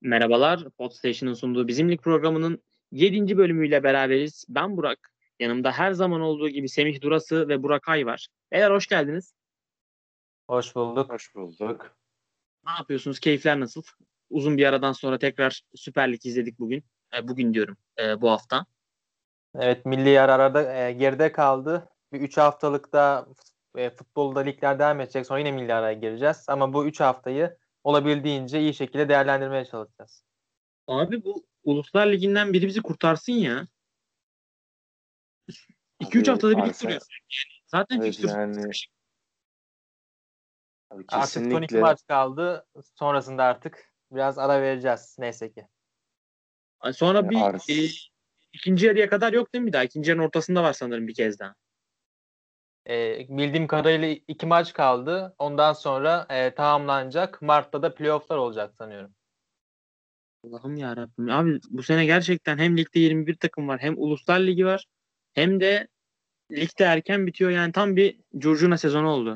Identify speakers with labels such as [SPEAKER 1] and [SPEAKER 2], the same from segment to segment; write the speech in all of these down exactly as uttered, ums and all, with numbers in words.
[SPEAKER 1] Merhabalar, Podstation'ın sunduğu Bizimlik programının yedinci bölümüyle beraberiz. Ben Burak. Yanımda her zaman olduğu gibi Semih Durası ve Burak Ay var. Beyler hoş geldiniz.
[SPEAKER 2] Hoş bulduk.
[SPEAKER 3] Hoş bulduk.
[SPEAKER 1] Ne yapıyorsunuz? Keyifler nasıl? Uzun bir aradan sonra tekrar Süper Lig izledik bugün. E, bugün diyorum, e, bu hafta.
[SPEAKER 2] Evet, milli yer arada e, geride kaldı. Bir üç haftalıkta e, futbolda ligler devam edecek. Sonra yine milli araya gireceğiz. Ama bu üç haftayı olabildiğince iyi şekilde değerlendirmeye çalışacağız.
[SPEAKER 1] Abi bu Uluslar Ligi'nden biri bizi kurtarsın ya. iki üç
[SPEAKER 3] Abi
[SPEAKER 1] haftada bir lig
[SPEAKER 3] Arsenal,
[SPEAKER 1] kuruyorsun. Yani zaten
[SPEAKER 3] evet
[SPEAKER 1] fikstür
[SPEAKER 3] yani abi
[SPEAKER 2] Artık son iki
[SPEAKER 3] kesinlikle
[SPEAKER 2] maç kaldı. Sonrasında artık biraz ara vereceğiz. Neyse ki.
[SPEAKER 1] sonra
[SPEAKER 3] yani
[SPEAKER 1] bir
[SPEAKER 3] Ars
[SPEAKER 1] e, ikinci yarıya kadar yok değil mi bir daha? İkinci yarının ortasında var sanırım bir kez daha.
[SPEAKER 2] E, bildiğim kadarıyla iki maç kaldı. Ondan sonra e, tamamlanacak. Mart'ta da playofflar olacak sanıyorum.
[SPEAKER 1] Allah'ım ya Rabbim. Abi bu sene gerçekten hem ligde yirmi bir takım var, hem Uluslar Ligi var, hem de ligde erken bitiyor. Yani tam bir curcuna sezonu oldu.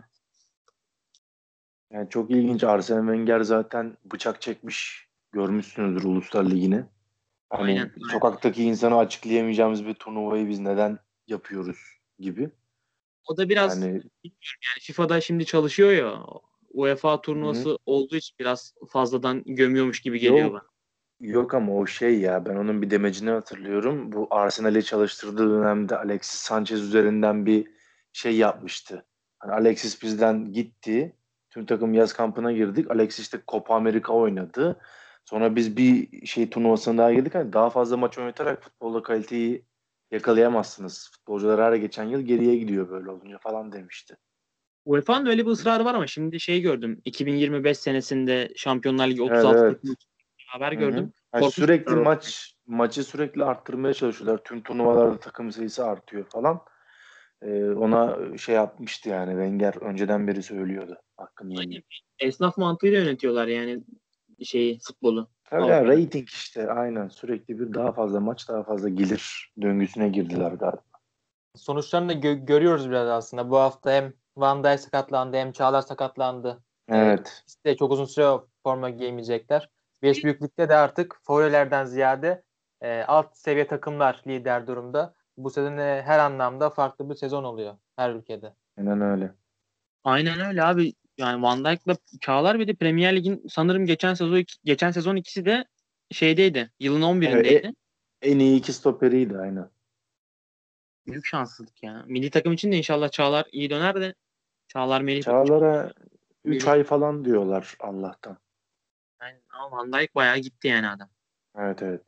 [SPEAKER 3] yani çok ilginç. Arsene Wenger zaten bıçak çekmiş. Görmüşsünüzdür Uluslar Ligi'ni. Hani
[SPEAKER 1] Aynen.
[SPEAKER 3] sokaktaki insana açıklayamayacağımız bir turnuvayı biz neden yapıyoruz gibi.
[SPEAKER 1] O da biraz
[SPEAKER 3] Yani
[SPEAKER 1] bilmiyorum yani FIFA'da şimdi çalışıyor ya, UEFA
[SPEAKER 3] hı,
[SPEAKER 1] turnuvası olduğu için biraz fazladan gömüyormuş gibi geliyor bana.
[SPEAKER 3] yok yok ama o şey ya, ben onun bir demecini hatırlıyorum. Bu Arsenal'i çalıştırdığı dönemde Alexis Sanchez üzerinden bir şey yapmıştı. Hani Alexis bizden gitti. Tüm takım yaz kampına girdik. Alexis de Copa America oynadı. Sonra biz bir şey turnuvasına daha girdik. Hani daha fazla maç oynatarak futbolda kaliteyi yakalayamazsınız. Futbolcular her geçen yıl geriye gidiyor böyle olunca falan demişti.
[SPEAKER 1] UEFA'nın öyle bir ısrarı var ama şimdi şey gördüm. iki bin yirmi beş senesinde Şampiyonlar Ligi otuz
[SPEAKER 3] Evet,
[SPEAKER 1] altı
[SPEAKER 3] evet.
[SPEAKER 1] takım için haber
[SPEAKER 3] Hı hı.
[SPEAKER 1] gördüm.
[SPEAKER 3] Yani
[SPEAKER 1] Korkunç bir
[SPEAKER 3] sürekli
[SPEAKER 1] ısrar oldu.
[SPEAKER 3] maç maçı sürekli arttırmaya çalışıyorlar. Tüm turnuvalarda takım sayısı artıyor falan. Ee, ona şey yapmıştı yani, Wenger önceden beri söylüyordu hakkında
[SPEAKER 1] Aynen.
[SPEAKER 3] iyi.
[SPEAKER 1] Esnaf mantığıyla yönetiyorlar yani şeyi, futbolu
[SPEAKER 3] Tabii ya,
[SPEAKER 1] Avrupa'da.
[SPEAKER 3] rating işte, aynen, sürekli bir daha fazla maç daha fazla gelir döngüsüne girdiler galiba.
[SPEAKER 2] Sonuçlarını da gö- görüyoruz biraz aslında. Bu hafta hem Van Dijk sakatlandı hem Çağlar sakatlandı. Ee,
[SPEAKER 3] Evet.
[SPEAKER 2] ikisi de çok uzun süre forma giyemeyecekler. Beş büyüklükte de artık favorilerden ziyade e, alt seviye takımlar lider durumda. Bu sezon e, her anlamda farklı bir sezon oluyor her ülkede.
[SPEAKER 3] Aynen öyle.
[SPEAKER 1] Aynen öyle abi. Yani Van Dijk'la Çağlar, bir de Premier Lig'in sanırım geçen sezon geçen sezon ikisi de şeydeydi. Yılın
[SPEAKER 3] Evet, e-
[SPEAKER 1] on birindeydi.
[SPEAKER 3] en iyi iki stoperiydi aynen.
[SPEAKER 1] Büyük şanssızlık ya. Milli takım için de inşallah Çağlar iyi döner de, Çağlar Melih çok
[SPEAKER 3] Çağlar'a üç
[SPEAKER 1] gelir.
[SPEAKER 3] ay falan diyorlar Allah'tan.
[SPEAKER 1] Yani, ama Van Dijk bayağı gitti yani adam.
[SPEAKER 3] Evet, evet.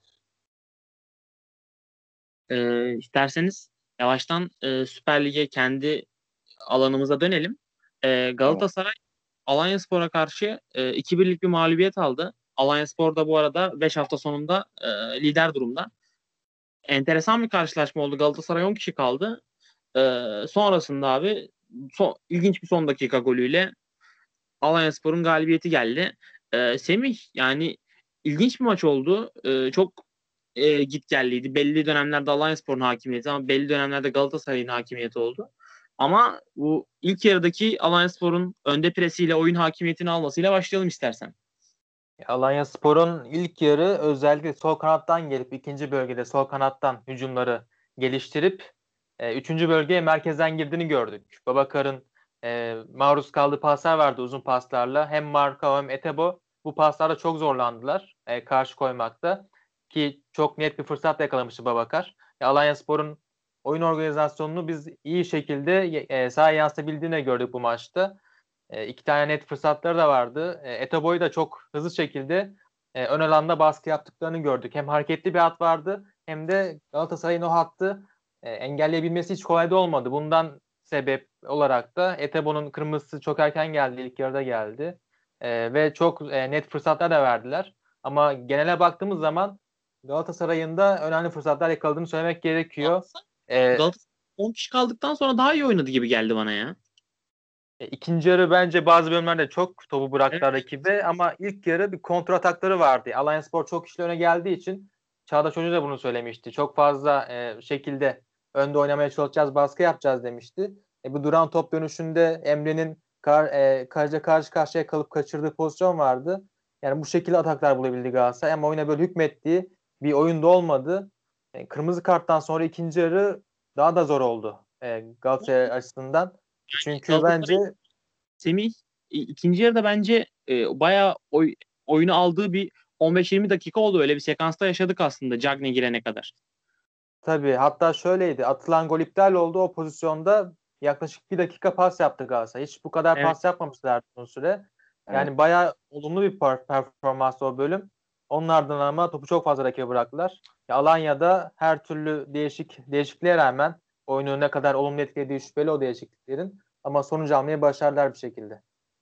[SPEAKER 1] Ee, isterseniz yavaştan e, Süper Lig'e, kendi alanımıza dönelim. Ee,
[SPEAKER 3] Tamam.
[SPEAKER 1] Galatasaray Alanyaspor'a karşı e, iki birlik bir mağlubiyet aldı. Alanyaspor da bu arada beş hafta sonunda e, lider durumda. Enteresan bir karşılaşma oldu. Galatasaray on kişi kaldı. Ee, sonrasında abi son, ilginç bir son dakika golüyle Alanyaspor'un galibiyeti geldi. Ee, Semih, yani ilginç bir maç oldu. Ee, çok e, gitgelliydi. Belli dönemlerde Alanyaspor'un hakimiyeti, ama belli dönemlerde Galatasaray'ın hakimiyeti oldu. Ama bu ilk yarıdaki Alanyaspor'un önde presiyle oyun hakimiyetini almasıyla başlayalım istersen.
[SPEAKER 2] Alanyaspor'un ilk yarı özellikle sol kanattan gelip ikinci bölgede sol kanattan hücumları geliştirip e, üçüncü bölgeye merkezden girdiğini gördük. Babakar'ın e, maruz kaldığı paslar vardı uzun paslarla. Hem Marka hem Etebo bu paslarda çok zorlandılar e, karşı koymakta. Ki çok net bir fırsat yakalamıştı Babakar. E, Alanyaspor'un oyun organizasyonunu biz iyi şekilde e, sahaya yansıtabildiğini gördük bu maçta. E, iki tane net fırsatları da vardı. E, Etobo'yu da çok hızlı şekilde e, ön alanda baskı yaptıklarını gördük. Hem hareketli bir hat vardı hem de Galatasaray'ın o hattı e, engelleyebilmesi hiç kolay da olmadı. Bundan sebep olarak da Etebo'nun kırmızısı çok erken geldi. İlk yarıda geldi. E, ve çok e, net fırsatlar da verdiler. Ama genele baktığımız zaman Galatasaray'ın da önemli fırsatlar yakaladığını söylemek gerekiyor.
[SPEAKER 1] Galatasaray,
[SPEAKER 2] E,
[SPEAKER 1] Galatasaray on kişi kaldıktan sonra daha iyi oynadı gibi geldi bana ya.
[SPEAKER 2] E, İkinci yarı bence bazı bölümlerde çok topu bıraktılar
[SPEAKER 1] Evet.
[SPEAKER 2] rakibe ama ilk yarı bir kontra atakları vardı. Alanyaspor çok kişiyle öne geldiği için Çağdaş Hoca da bunu söylemişti. Çok fazla e, şekilde önde oynamaya çalışacağız, baskı yapacağız demişti. E, bu duran top dönüşünde Emre'nin kar, e, karşı karşı karşıya kalıp kaçırdığı pozisyon vardı. Yani bu şekilde ataklar bulabildi Galatasaray ama oyuna böyle hükmettiği bir oyunda olmadı. Yani kırmızı karttan sonra ikinci yarı daha da zor oldu e, Galatasaray açısından. Çünkü bence
[SPEAKER 1] Galatasaray Semih i- ikinci yarıda bence e, bayağı oy, oyunu aldığı bir on beş yirmi dakika oldu. Öyle bir sekansta yaşadık aslında Cagney girene kadar.
[SPEAKER 2] tabii hatta şöyleydi. Atılan gol iptal oldu. O pozisyonda yaklaşık bir dakika pas yaptı Galatasaray. Hiç bu kadar
[SPEAKER 1] Evet.
[SPEAKER 2] pas yapmamışlar uzun süre.
[SPEAKER 3] Evet.
[SPEAKER 2] Yani bayağı olumlu bir per- performanstı o bölüm. Onun ardından ama topu çok fazla rakibe bıraktılar. Ya Alanya'da her türlü değişik değişikliğe rağmen oyunu ne kadar olumlu etkilediği şüpheli o değişikliklerin. Ama sonucu almayı başardılar bir şekilde.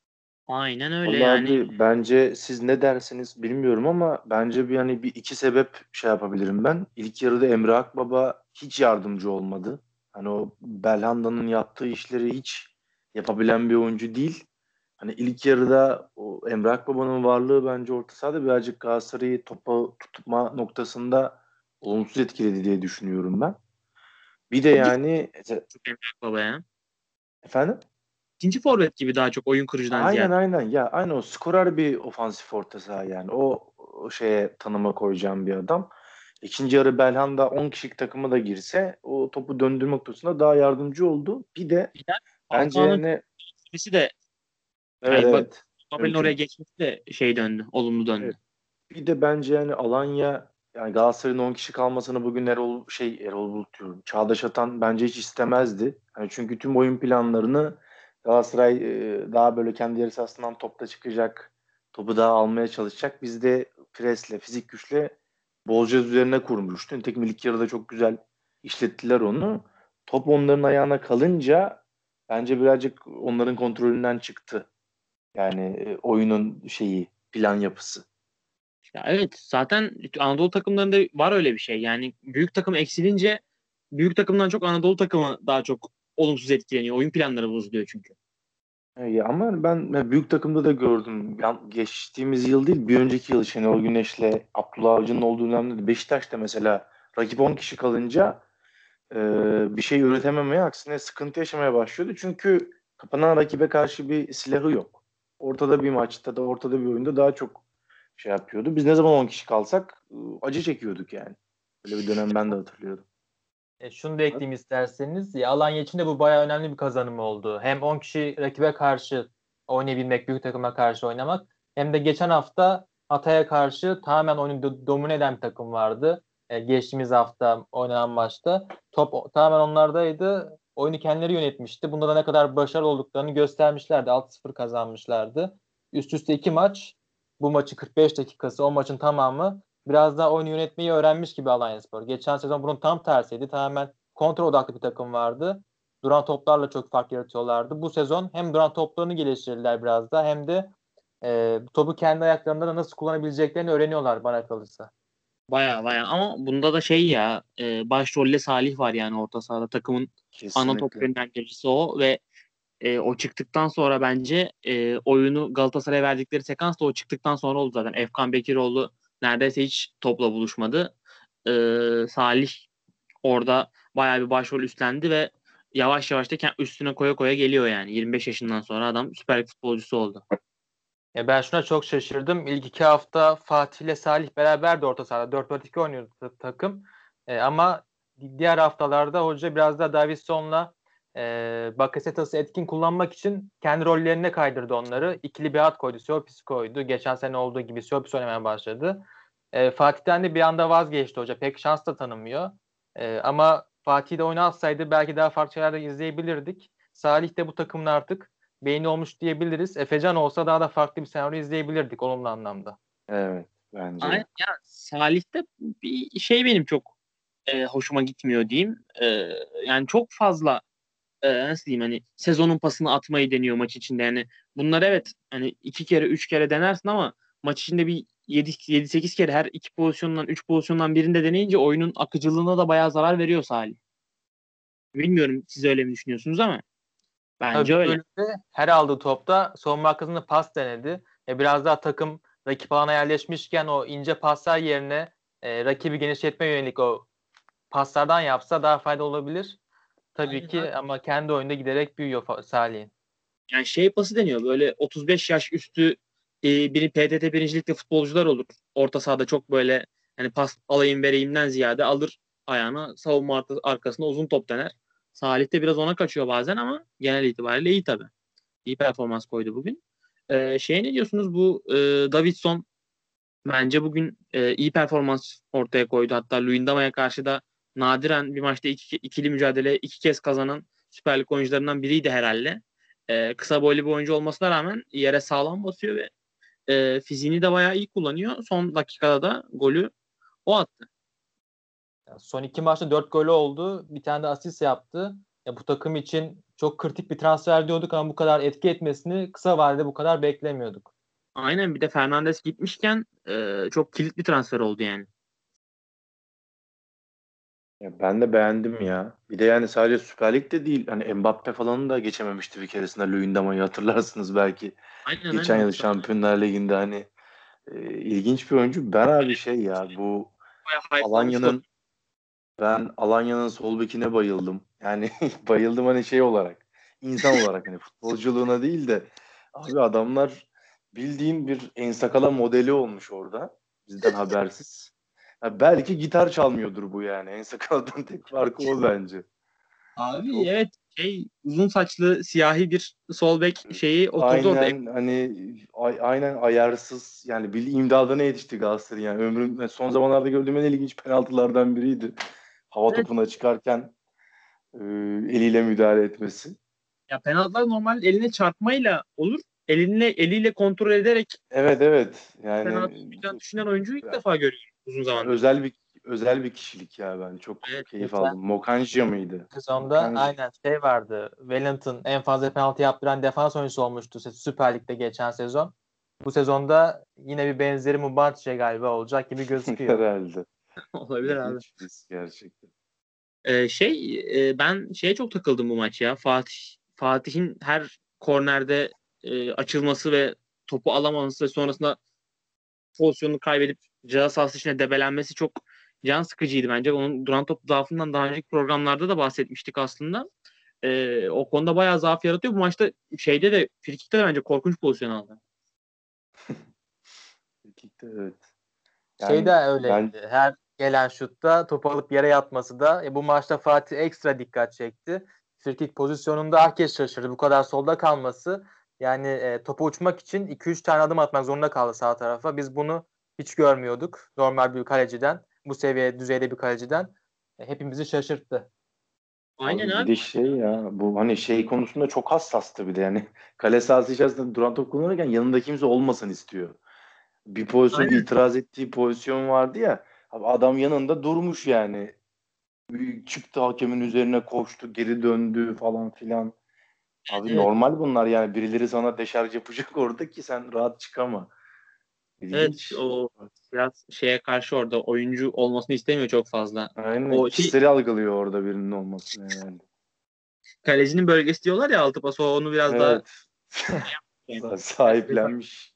[SPEAKER 1] Aynen öyle
[SPEAKER 3] Vallahi
[SPEAKER 1] yani.
[SPEAKER 3] abi bence siz ne dersiniz bilmiyorum ama bence bir hani bir iki sebep şey yapabilirim ben. İlk yarıda Emre Akbaba hiç yardımcı olmadı. Hani o Belhanda'nın yaptığı işleri hiç yapabilen bir oyuncu değil. Hani ilk yarıda o Emre Akbaba'nın varlığı bence orta sahada birazcık Galatasaray'ı topa tutma noktasında olumsuz etkiledi diye düşünüyorum ben. Bir de
[SPEAKER 1] İkinci
[SPEAKER 3] yani
[SPEAKER 1] çok Emre Baba ya.
[SPEAKER 3] efendim?
[SPEAKER 1] İkinci forvet gibi daha çok oyun kurucudan
[SPEAKER 3] Aynen
[SPEAKER 1] ziyade.
[SPEAKER 3] aynen ya aynı o skorer bir ofansif orta saha yani o, o şeye tanıma koyacağım bir adam. İkinci yarı Belhanda on kişilik takımı da girse o topu döndürme noktasında daha yardımcı oldu. Bir de
[SPEAKER 1] Bilal
[SPEAKER 3] bence
[SPEAKER 1] Falcao'nun
[SPEAKER 3] ne
[SPEAKER 1] geçmesi de
[SPEAKER 3] evet
[SPEAKER 1] yani bak
[SPEAKER 3] evet
[SPEAKER 1] Babel'in oraya
[SPEAKER 3] mümkün.
[SPEAKER 1] geçmesi de şey döndü. Olumlu döndü.
[SPEAKER 3] Evet. Bir de bence yani Alanya yani Galatasaray'ın on kişi kalmasını bugün Erol şey Erol Bulut diyorum. Çağdaş Atan bence hiç istemezdi. Hani çünkü tüm oyun planlarını Galatasaray e, daha böyle kendi yarı sahasından topla çıkacak. Topu daha almaya çalışacak. Biz de presle, fizik güçle bolca üzerine kurmuştu. Nitekim ilk yarıda çok güzel işlettiler onu. Top onların ayağına kalınca bence birazcık onların kontrolünden çıktı. Yani e, oyunun şeyi, plan yapısı.
[SPEAKER 1] Ya evet zaten Anadolu takımlarında var öyle bir şey. Yani büyük takım eksilince büyük takımdan çok Anadolu takımı daha çok olumsuz etkileniyor. Oyun planları bozuluyor çünkü.
[SPEAKER 3] E, Ya ama ben ben büyük takımda da gördüm. Yan- geçtiğimiz yıl değil, bir önceki yıl Şenol Güneş'le Abdullah Avcı'nın olduğu dönemde de Beşiktaş'ta mesela rakip on kişi kalınca e, bir şey üretememeye aksine sıkıntı yaşamaya başlıyordu. Çünkü kapanan rakibe karşı bir silahı yok. Ortada bir maçta da ortada bir oyunda daha çok şey yapıyordu. Biz ne zaman on kişi kalsak e, acı çekiyorduk yani. Böyle bir dönem ben de hatırlıyorum.
[SPEAKER 2] E, şunu da ekleyeyim isterseniz. Ya, Alanya için de bu bayağı önemli bir kazanım oldu. Hem on kişi rakibe karşı oynayabilmek, büyük takıma karşı oynamak. Hem de geçen hafta Hatay'a karşı tamamen oyunu do- domine eden bir takım vardı. E, geçtiğimiz hafta oynanan maçta. Top o- tamamen onlardaydı. Oyunu kendileri yönetmişti. Bunda da ne kadar başarılı olduklarını göstermişlerdi. altı sıfır kazanmışlardı. Üst üste iki maç. Bu maçı kırk beş dakikası, o maçın tamamı biraz daha oyunu yönetmeyi öğrenmiş gibi Alanyaspor. Geçen sezon bunun tam tersiydi. Tamamen kontrol odaklı bir takım vardı. Duran toplarla çok fark yaratıyorlardı. Bu sezon hem duran toplarını geliştirdiler biraz da hem de e, topu kendi ayaklarında da nasıl kullanabileceklerini öğreniyorlar bana kalırsa.
[SPEAKER 1] Baya baya ama bunda da şey ya e, başrolle Salih var yani orta sahada takımın ana top
[SPEAKER 3] Kesinlikle.
[SPEAKER 1] yönlendiricisi o ve e, o çıktıktan sonra bence e, oyunu Galatasaray'a verdikleri sekans da o çıktıktan sonra oldu zaten. Efkan Bekiroğlu neredeyse hiç topla buluşmadı. E, Salih orada bayağı bir başrol üstlendi ve yavaş yavaş da kend- üstüne koya koya geliyor yani. yirmi beş yaşından sonra adam süper Lig futbolcusu oldu.
[SPEAKER 2] Ya ben şuna çok şaşırdım. İlk iki hafta Fatih ile Salih beraber de orta sahada dört dört iki oynuyordu ta- takım. E, ama diğer haftalarda hoca biraz da Davidson'la e, Bakasetas'ı etkin kullanmak için kendi rollerine kaydırdı onları. İkili bir hat koydu. Siopis koydu. Geçen sene olduğu gibi Siopis oynamaya başladı. E, Fatih'ten de bir anda vazgeçti hoca. Pek şans da tanımıyor. E, ama Fatih de oynatsaydı belki daha farklı şeyler de izleyebilirdik. Salih de bu takımın artık beyni olmuş diyebiliriz. Efecan olsa daha da farklı bir senaryo izleyebilirdik olumlu anlamda.
[SPEAKER 3] Evet bence
[SPEAKER 1] Aynen
[SPEAKER 3] de.
[SPEAKER 1] ya Salih'te bir şey benim çok e, hoşuma gitmiyor diyeyim. E, yani çok fazla e, nasıl diyeyim hani sezonun pasını atmayı deniyor maç içinde. Yani bunlar evet hani iki kere üç kere denersin ama maç içinde bir yedi sekiz kere her iki pozisyondan üç pozisyondan birinde deneyince oyunun akıcılığına da bayağı zarar veriyor Salih. Bilmiyorum siz öyle mi düşünüyorsunuz ama
[SPEAKER 2] Tabii
[SPEAKER 1] bence
[SPEAKER 2] bu
[SPEAKER 1] öyle.
[SPEAKER 2] bölümde her aldığı topta savunma arkasında pas denedi. E, biraz daha takım rakip alana yerleşmişken o ince paslar yerine e, rakibi genişletme yönelik o paslardan yapsa daha faydalı olabilir. Tabii
[SPEAKER 1] Aynen abi.
[SPEAKER 2] ki ama kendi oyunda giderek büyüyor Fa- Salih'in.
[SPEAKER 1] Yani şey pası deniyor böyle otuz beş yaş üstü e, biri P T T birinci Lig'de futbolcular olur. Orta sahada çok böyle hani pas alayım vereyimden ziyade alır ayağına savunma ar- arkasında uzun top dener. Salih de biraz ona kaçıyor bazen ama genel itibariyle iyi tabii. İyi performans koydu bugün. Ee, şeye ne diyorsunuz bu e, Davidson bence bugün e, iyi performans ortaya koydu. Hatta Luyendama'ya karşı da nadiren bir maçta iki, ikili mücadele iki kez kazanan Süper Lig oyuncularından biriydi herhalde. E, kısa boylu bir oyuncu olmasına rağmen yere sağlam basıyor ve e, fiziğini de bayağı iyi kullanıyor. Son dakikada da golü o attı.
[SPEAKER 2] Son iki maçta dört golü oldu. Bir tane de asist yaptı. Ya bu takım için çok kritik bir transfer diyorduk ama bu kadar etki etmesini kısa vadede bu kadar beklemiyorduk.
[SPEAKER 1] Aynen bir de Fernandes gitmişken e, çok kilit bir transfer oldu yani.
[SPEAKER 3] Ya ben de beğendim ya. Bir de yani sadece Süper Lig'de değil. Hani Mbappe falan da geçememişti bir keresinde Luyendama'yı hatırlarsınız belki.
[SPEAKER 1] Aynen
[SPEAKER 3] Geçen
[SPEAKER 1] aynen
[SPEAKER 3] yıl
[SPEAKER 1] hatırladım.
[SPEAKER 3] Şampiyonlar Ligi'nde hani e, ilginç bir oyuncu. Ben abi şey ya bu
[SPEAKER 1] Bayağı hype'lanmıştı.
[SPEAKER 3] Alanya'nın ben Alanya'nın sol bekine bayıldım. Yani bayıldım hani şey olarak. İnsan olarak hani futbolculuğuna değil de abi adamlar bildiğin bir Ensakala modeli olmuş orada. Bizden habersiz. Ha, belki gitar çalmıyordur bu yani. Ensakala'dan tek farkı o bence.
[SPEAKER 1] Abi
[SPEAKER 3] Çok
[SPEAKER 1] evet şey uzun saçlı siyahi bir sol bek şeyi oturdu orada.
[SPEAKER 3] aynen hani ay- aynen ayarsız yani bir imdadına yetişti Galatasaray yani ömrüm son zamanlarda gördüğüm en ilginç penaltılardan biriydi. Hava
[SPEAKER 1] Evet.
[SPEAKER 3] topuna çıkarken e, eliyle müdahale etmesi.
[SPEAKER 1] Ya penaltılar normal eline çarpmayla olur. Elinle eliyle kontrol ederek
[SPEAKER 3] Evet evet
[SPEAKER 1] penaltı
[SPEAKER 3] yani
[SPEAKER 1] tutacağını düşünen oyuncuyu ilk defa görüyorum uzun
[SPEAKER 3] ya
[SPEAKER 1] zamandır.
[SPEAKER 3] özel bir özel bir kişilik ya ben çok
[SPEAKER 1] Evet.
[SPEAKER 3] keyif
[SPEAKER 2] Geçen
[SPEAKER 3] aldım. Mokanji mıydı?
[SPEAKER 2] sezonda
[SPEAKER 3] Mokanji.
[SPEAKER 2] aynen şey vardı. Wellington en fazla penaltı yaptıran defans oyuncusu olmuştu Süper Lig'de geçen sezon. Bu sezonda yine bir benzeri Mubanti'ye galiba olacak gibi gözüküyor.
[SPEAKER 3] Herhalde.
[SPEAKER 1] Olabilir abi.
[SPEAKER 3] İlginç birisi gerçekten.
[SPEAKER 1] Ee, şey e, ben şeye çok takıldım bu maç ya. Fatih Fatih'in her kornerde e, açılması ve topu alamaması ve sonrasında pozisyonunu kaybedip ceza sahası içine debelenmesi çok can sıkıcıydı bence. Onun duran top zaafından daha önceki programlarda da bahsetmiştik aslında. Ee, o konuda bayağı zaaf yaratıyor. Bu maçta şeyde de frikikte de bence korkunç pozisyon aldı.
[SPEAKER 3] Dakikte evet.
[SPEAKER 2] Şey de
[SPEAKER 3] Yani ben
[SPEAKER 2] öyleydi. Her gelen şutta topu alıp yere yatması da e, bu maçta Fatih ekstra dikkat çekti. Frikik pozisyonunda herkes şaşırdı. Bu kadar solda kalması yani e, topu uçmak için iki üç tane adım atmak zorunda kaldı sağ tarafa. Biz bunu hiç görmüyorduk. Normal bir kaleciden, bu seviye düzeyde bir kaleciden e, hepimizi şaşırttı.
[SPEAKER 1] Aynen
[SPEAKER 3] abi bir
[SPEAKER 1] abi.
[SPEAKER 3] de şey ya bu hani şey konusunda çok hassastı bir de yani kale sahası içerisinde duran top kullanırken yanında kimse olmasın istiyor. Bir pozisyon
[SPEAKER 1] Aynen.
[SPEAKER 3] itiraz ettiği pozisyon vardı ya abi adam yanında durmuş yani. Çıktı hakemin üzerine koştu geri döndü falan filan. Abi
[SPEAKER 1] Evet.
[SPEAKER 3] normal bunlar yani birileri sana deşarj yapacak orada ki sen rahat çıkama.
[SPEAKER 1] Evet.
[SPEAKER 3] İlginç.
[SPEAKER 1] O biraz şeye karşı orada oyuncu olmasını istemiyor çok fazla.
[SPEAKER 3] Aynen
[SPEAKER 1] O şey
[SPEAKER 3] kişileri algılıyor orada birinin olmasını herhalde.
[SPEAKER 1] kalecinin bölgesi diyorlar ya altı pas o onu biraz daha
[SPEAKER 3] Evet.
[SPEAKER 1] yani,
[SPEAKER 3] Sahiplenmiş.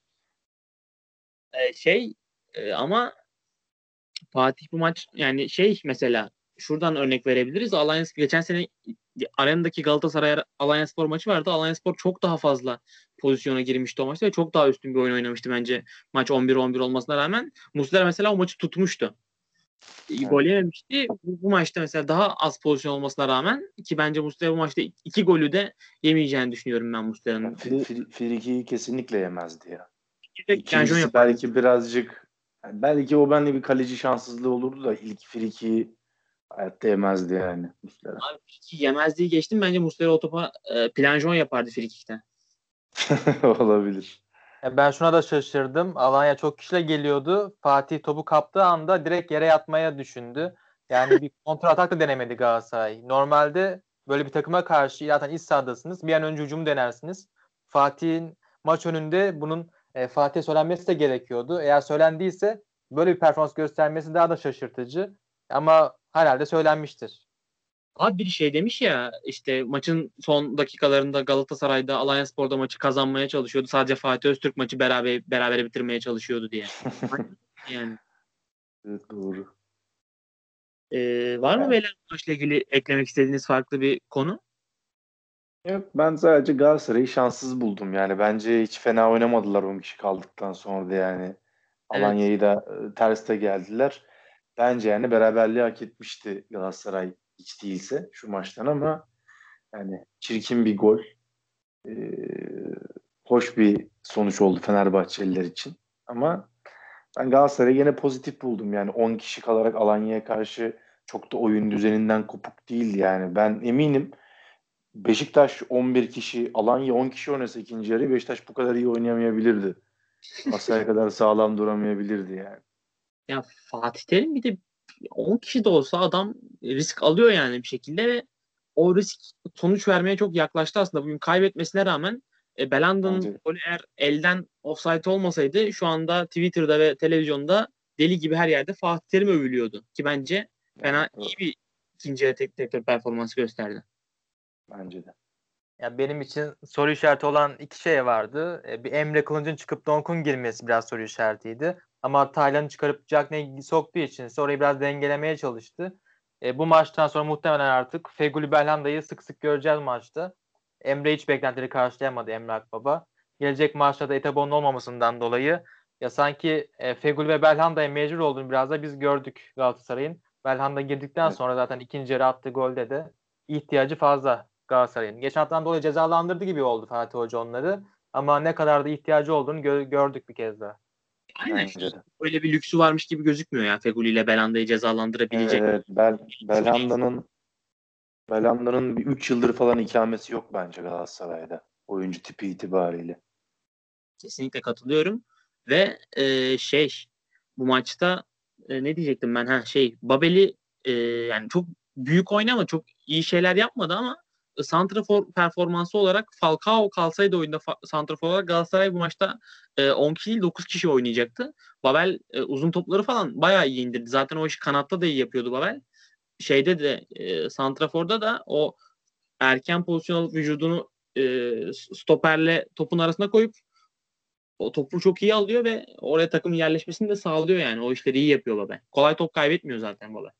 [SPEAKER 1] e, şey e, ama Fatih bu maç yani şey mesela şuradan örnek verebiliriz. Alanyaspor geçen sene arenadaki Galatasaray Alanyaspor maçı vardı. Alanyaspor çok daha fazla pozisyona girmişti o maçta ve çok daha üstün bir oyun oynamıştı bence. Maç on bir on bir olmasına rağmen Muslera mesela o maçı tutmuştu. Gol
[SPEAKER 3] Evet.
[SPEAKER 1] yememişti. Bu, bu maçta mesela daha az pozisyon olmasına rağmen ki bence Muslera bu maçta iki golü de yemeyeceğini düşünüyorum ben
[SPEAKER 3] Ya,
[SPEAKER 1] Muslera'nın.
[SPEAKER 3] Fri-
[SPEAKER 1] Bu
[SPEAKER 3] Fri- Friki'yi kesinlikle yemezdi ya.
[SPEAKER 1] direkt Canjon
[SPEAKER 3] İkincisi
[SPEAKER 1] yapardı.
[SPEAKER 3] belki birazcık yani belki o benle bir kaleci şanssızlığı olurdu da ilk Friki'yi hayatta yemezdi yani Muslera.
[SPEAKER 1] Abi frikik yemezliği geçtim. Bence Muslera o topa e, planjon yapardı frikikten.
[SPEAKER 3] Olabilir.
[SPEAKER 2] Ya ben şuna da şaşırdım. Alanya çok kişiyle geliyordu. Fatih topu kaptığı anda direkt yere yatmaya düşündü. Yani bir kontra atak da denemedi Galatasaray. Normalde böyle bir takıma karşı zaten iç sahadasınız. Bir an önce hücum denersiniz. Fatih'in maç önünde bunun e, Fatih'e söylenmesi de gerekiyordu. Eğer söylendiyse böyle bir performans göstermesi daha da şaşırtıcı. Ama herhalde söylenmiştir.
[SPEAKER 1] Abi bir şey demiş ya işte maçın son dakikalarında Galatasaray'da Alanyaspor'da maçı kazanmaya çalışıyordu. Sadece Fatih Öztürk maçı beraber beraber bitirmeye çalışıyordu diye. Yani
[SPEAKER 3] Evet, doğru.
[SPEAKER 1] Ee, var mı
[SPEAKER 3] Yani
[SPEAKER 1] böyle maçla ilgili eklemek istediğiniz farklı bir konu?
[SPEAKER 3] Yok, ben sadece Galatasaray'ı şanssız buldum. Yani bence hiç fena oynamadılar on kişi kaldıktan sonra da yani.
[SPEAKER 1] Evet.
[SPEAKER 3] Alanya'yı da e, terste geldiler. Bence yani beraberliği hak etmişti Galatasaray hiç değilse şu maçtan, ama yani çirkin bir gol. Ee, hoş bir sonuç oldu Fenerbahçeliler için. Ama ben Galatasaray'ı yine pozitif buldum. Yani on kişi kalarak Alanya'ya karşı çok da oyun düzeninden kopuk değildi yani. Ben eminim Beşiktaş on bir kişi, Alanya on kişi oynasa ikinci yarı Beşiktaş bu kadar iyi oynayamayabilirdi. Galatasaray'a kadar sağlam duramayabilirdi yani.
[SPEAKER 1] Ya Fatih Terim bir de on kişi de olsa adam risk alıyor yani bir şekilde ve o risk sonuç vermeye çok yaklaştı aslında. Bugün kaybetmesine rağmen e, Belanda'nın
[SPEAKER 3] Bence
[SPEAKER 1] golü eğer elden offside olmasaydı şu anda Twitter'da ve televizyonda deli gibi her yerde Fatih Terim övülüyordu. Ki bence
[SPEAKER 3] yani
[SPEAKER 1] fena iyi bir ikinci yarı tek tek performansı gösterdi.
[SPEAKER 3] bence de.
[SPEAKER 2] Ya benim için soru işareti olan iki şey vardı. E, bir Emre Kılınç'ın çıkıp Donk'un girmesi biraz soru işaretiydi. Ama Taylan'ı çıkarıp Cagney'i soktuğu için ise orayı biraz dengelemeye çalıştı. E, bu maçtan sonra muhtemelen artık Feguli Belhanda'yı sık sık göreceğiz maçta. Emre hiç beklentileri karşılayamadı, Emre Akbaba. Gelecek maçta da Etebo'nun olmamasından dolayı ya sanki e, Feguli ve Belhanda'ya mecbur olduğunu biraz da biz gördük Galatasaray'ın. Belhanda girdikten
[SPEAKER 3] Evet.
[SPEAKER 2] sonra zaten ikinci yarı attığı golde de ihtiyacı fazla Galatasaray'ın. Geçen haftadan dolayı cezalandırdı gibi oldu Fatih Hoca onları. Ama ne kadar da ihtiyacı olduğunu gö- gördük bir kez daha.
[SPEAKER 1] Aynen.
[SPEAKER 3] Bence de.
[SPEAKER 1] Öyle bir lüksü varmış gibi gözükmüyor ya Feguli ile Belanda'yı cezalandırabilecek.
[SPEAKER 3] Evet, Bel, Belhanda'nın Belhanda'nın bir üç yıldır falan ikamesi yok bence Galatasaray'da. Oyuncu tipi itibariyle.
[SPEAKER 1] Kesinlikle katılıyorum. Ve e, şey bu maçta e, ne diyecektim ben ha şey Babel'i e, yani çok büyük oynamadı, çok iyi şeyler yapmadı ama e, santrafor performansı olarak Falcao kalsaydı oyunda fa- santrafor olarak Galatasaray bu maçta e, on kişi değil dokuz kişi oynayacaktı. Babel e, uzun topları falan bayağı iyi indirdi. Zaten o işi kanatta da iyi yapıyordu Babel. Şeyde de e, santraforda da o erken pozisyon alıp vücudunu e, stoperle topun arasına koyup o topu çok iyi alıyor ve oraya takımın yerleşmesini de sağlıyor yani. O işleri iyi yapıyor Babel. Kolay top kaybetmiyor zaten Babel.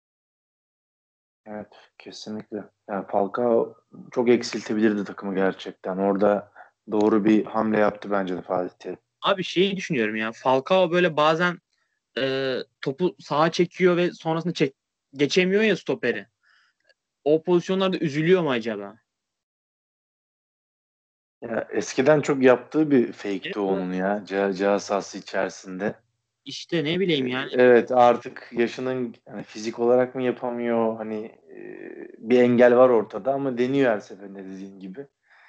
[SPEAKER 3] Evet, kesinlikle. Yani Falcao çok eksiltebilirdi takımı gerçekten. Orada doğru bir hamle yaptı bence de Fatih Terim.
[SPEAKER 1] Abi şeyi düşünüyorum ya. Falcao böyle bazen e, topu sağa çekiyor ve sonrasında çek, geçemiyor ya stoperi. O pozisyonlarda üzülüyor mu acaba?
[SPEAKER 3] Ya eskiden çok yaptığı bir
[SPEAKER 1] Evet,
[SPEAKER 3] fake'ti
[SPEAKER 1] evet.
[SPEAKER 3] onun ya. Ceza ceza sahası içerisinde.
[SPEAKER 1] İşte ne bileyim
[SPEAKER 3] Ee,
[SPEAKER 1] yani.
[SPEAKER 3] evet, artık yaşının hani fizik olarak mı yapamıyor, hani e, bir engel var ortada ama deniyor her seferinde dediğin gibi.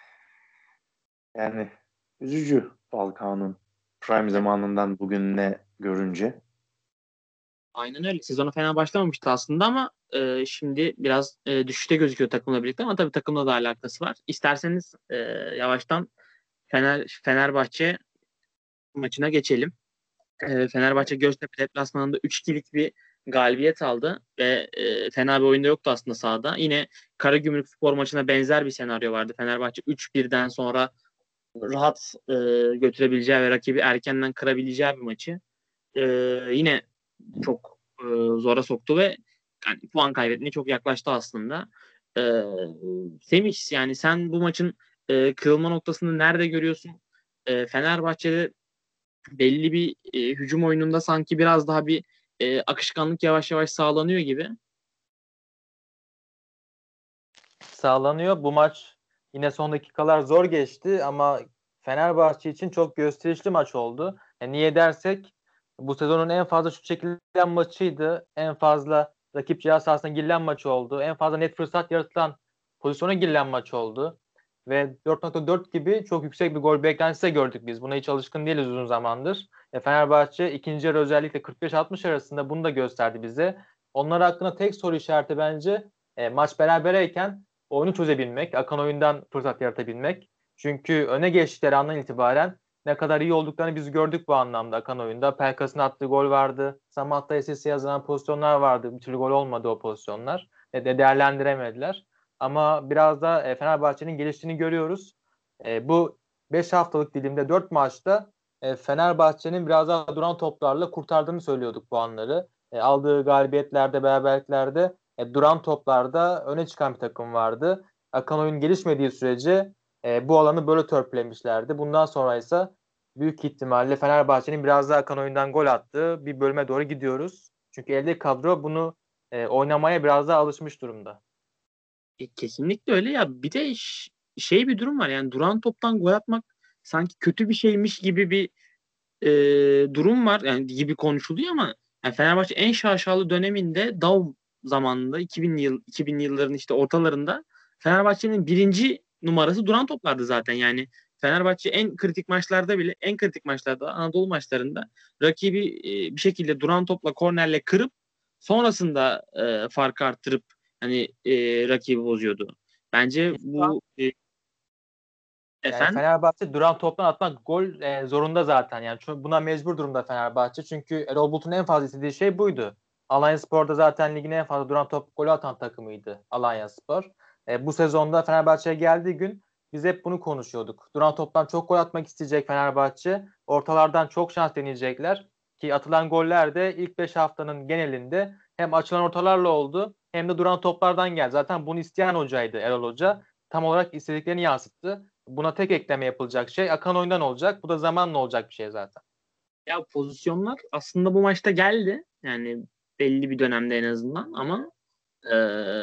[SPEAKER 3] Yani üzücü Falcao'nun prime zamanından bugününe görünce.
[SPEAKER 1] Aynen öyle. Sezona fena başlamamıştı aslında ama e, şimdi biraz e, düşüşte gözüküyor takımla birlikte ama tabii takımla da alakası var. İsterseniz e, yavaştan Fener Fenerbahçe maçına geçelim. E,
[SPEAKER 3] Evet.
[SPEAKER 1] Fenerbahçe Göztepe deplasmanında üç ikilik bir galibiyet aldı ve e, fena bir oyunda yoktu aslında sahada. Yine Karagümrükspor maçına benzer bir senaryo vardı. Fenerbahçe üç birden sonra rahat e, götürebileceği ve rakibi erkenden kırabileceği bir maçı e, yine çok e, zora soktu ve yani puan kaybetmeye çok yaklaştı aslında. E, Semih yani sen bu maçın e, kırılma noktasını nerede görüyorsun? E, Fenerbahçe'de belli bir e, hücum oyununda sanki biraz daha bir e, akışkanlık yavaş yavaş sağlanıyor gibi.
[SPEAKER 2] Sağlanıyor. Bu maç yine son dakikalar zor geçti ama Fenerbahçe için çok gösterişli maç oldu. E niye dersek bu sezonun en fazla şut çekilen maçıydı. En fazla rakip ceza sahasına girilen maç oldu. En fazla net fırsat yaratılan pozisyona girilen maç oldu. Ve dört nokta dört gibi çok yüksek bir gol beklentisi de gördük biz. Buna hiç alışkın değiliz uzun zamandır. E Fenerbahçe ikinci yarı özellikle kırk beş altmış arasında bunu da gösterdi bize. Onlar hakkında tek soru işareti bence e, maç berabereyken oyunu çözebilmek, akan oyundan fırsat yaratabilmek. Çünkü öne geçtikleri andan itibaren ne kadar iyi olduklarını biz gördük bu anlamda akan oyunda. Pelkas'ın attığı gol vardı. Samatta S S'ye yazılan pozisyonlar vardı. Bir türlü gol olmadı o pozisyonlar. E, de değerlendiremediler. Ama biraz da e, Fenerbahçe'nin geliştiğini görüyoruz. E, bu beş haftalık dilimde dört maçta e, Fenerbahçe'nin biraz daha duran toplarla kurtardığını söylüyorduk puanları. E, aldığı galibiyetlerde, beraberliklerde e, duran toplarda öne çıkan bir takım vardı. Akan oyun gelişmediği sürece e, bu alanı böyle törpülemişlerdi. Bundan sonra ise büyük ihtimalle Fenerbahçe'nin biraz daha akan oyundan gol attığı bir bölüme doğru gidiyoruz. Çünkü elde kadro bunu e, oynamaya biraz daha alışmış durumda.
[SPEAKER 1] E, kesinlikle öyle ya. Bir de ş- şey bir durum var. Yani duran toptan gol atmak sanki kötü bir şeymiş gibi bir e, durum var. Yani gibi konuşuluyor ama yani Fenerbahçe en şaşalı döneminde Daum zamanında iki binli yıl iki binli yılların işte ortalarında Fenerbahçe'nin birinci numarası duran toplardı zaten. Yani Fenerbahçe en kritik maçlarda bile en kritik maçlarda Anadolu maçlarında rakibi e, bir şekilde duran topla kornerle kırıp sonrasında e, farkı arttırıp hani e, rakibi bozuyordu. Bence
[SPEAKER 2] Şu an
[SPEAKER 1] bu e,
[SPEAKER 2] Yani
[SPEAKER 1] efendim
[SPEAKER 2] Fenerbahçe duran toptan atmak gol e, zorunda zaten. Yani çünkü buna mecbur durumda Fenerbahçe. Çünkü Erol Bulut'un en fazla istediği şey buydu. Alanyaspor'da zaten ligin en fazla duran top golü atan takımıydı Alanyaspor. E, bu sezonda Fenerbahçe'ye geldiği gün biz hep bunu konuşuyorduk. Duran toptan çok gol atmak isteyecek Fenerbahçe. Ortalardan çok şans deneyecekler. Ki atılan goller de ilk beş haftanın genelinde hem açılan ortalarla oldu hem de duran toplardan geldi. Zaten bunu isteyen hocaydı Erol Hoca. Tam olarak istediklerini yansıttı. Buna tek ekleme yapılacak şey akan oyundan olacak. Bu da zamanla olacak bir şey zaten.
[SPEAKER 1] ya pozisyonlar aslında bu maçta geldi. Yani belli bir dönemde en azından ama e,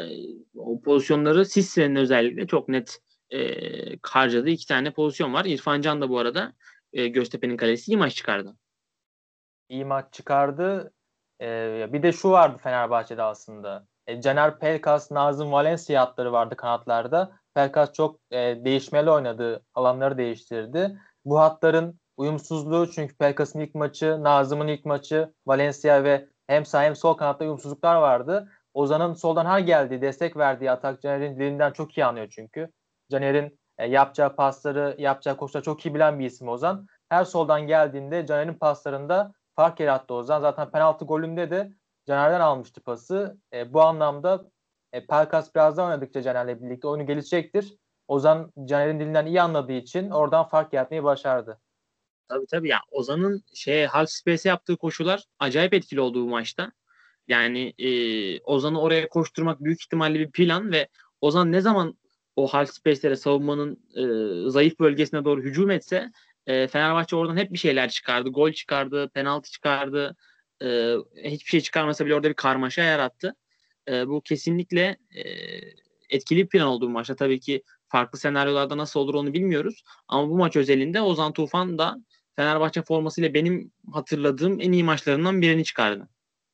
[SPEAKER 1] o pozisyonları Sisse'nin özellikle çok net e, harcadığı iki tane pozisyon var. İrfan Can da bu arada e, Göztepe'nin kalesi iyi maç çıkardı.
[SPEAKER 2] İyi maç çıkardı. Ee, bir de şu vardı Fenerbahçe'de aslında. E, Caner Pelkas, Nazım Valencia hatları vardı kanatlarda. Pelkas çok e, değişmeli oynadı. Alanları değiştirdi. Bu hatların uyumsuzluğu çünkü Pelkas'ın ilk maçı, Nazım'ın ilk maçı, Valencia ve hem sağ hem sol kanatta uyumsuzluklar vardı. Ozan'ın soldan her geldiği, destek verdiği atak Caner'in dilinden çok iyi anlıyor çünkü. Caner'in e, yapacağı pasları, yapacağı koşuları çok iyi bilen bir isim Ozan. Her soldan geldiğinde Caner'in paslarında fark yarattı Ozan. Zaten penaltı golünde de Caner'den almıştı pası. E, bu anlamda e, Pelkas biraz daha oynadıkça Caner'le birlikte oyunu gelişecektir. Ozan Caner'in dilinden iyi anladığı için oradan fark yaratmayı başardı.
[SPEAKER 1] Tabii tabii ya Ozan'ın şey half space'e yaptığı koşular acayip etkili oldu bu maçta. Yani e, Ozan'ı oraya koşturmak büyük ihtimalle bir plan ve Ozan ne zaman o half space'lere savunmanın e, zayıf bölgesine doğru hücum etse e, Fenerbahçe oradan hep bir şeyler çıkardı. Gol çıkardı, penaltı çıkardı. E, hiçbir şey çıkarmasa bile orada bir karmaşa yarattı. E, bu kesinlikle e, etkili bir plan oldu bu maçta. Tabii ki farklı senaryolarda nasıl olur onu bilmiyoruz. Ama bu maç özelinde Ozan Tufan da Fenerbahçe formasıyla benim hatırladığım en iyi maçlarından birini çıkardı.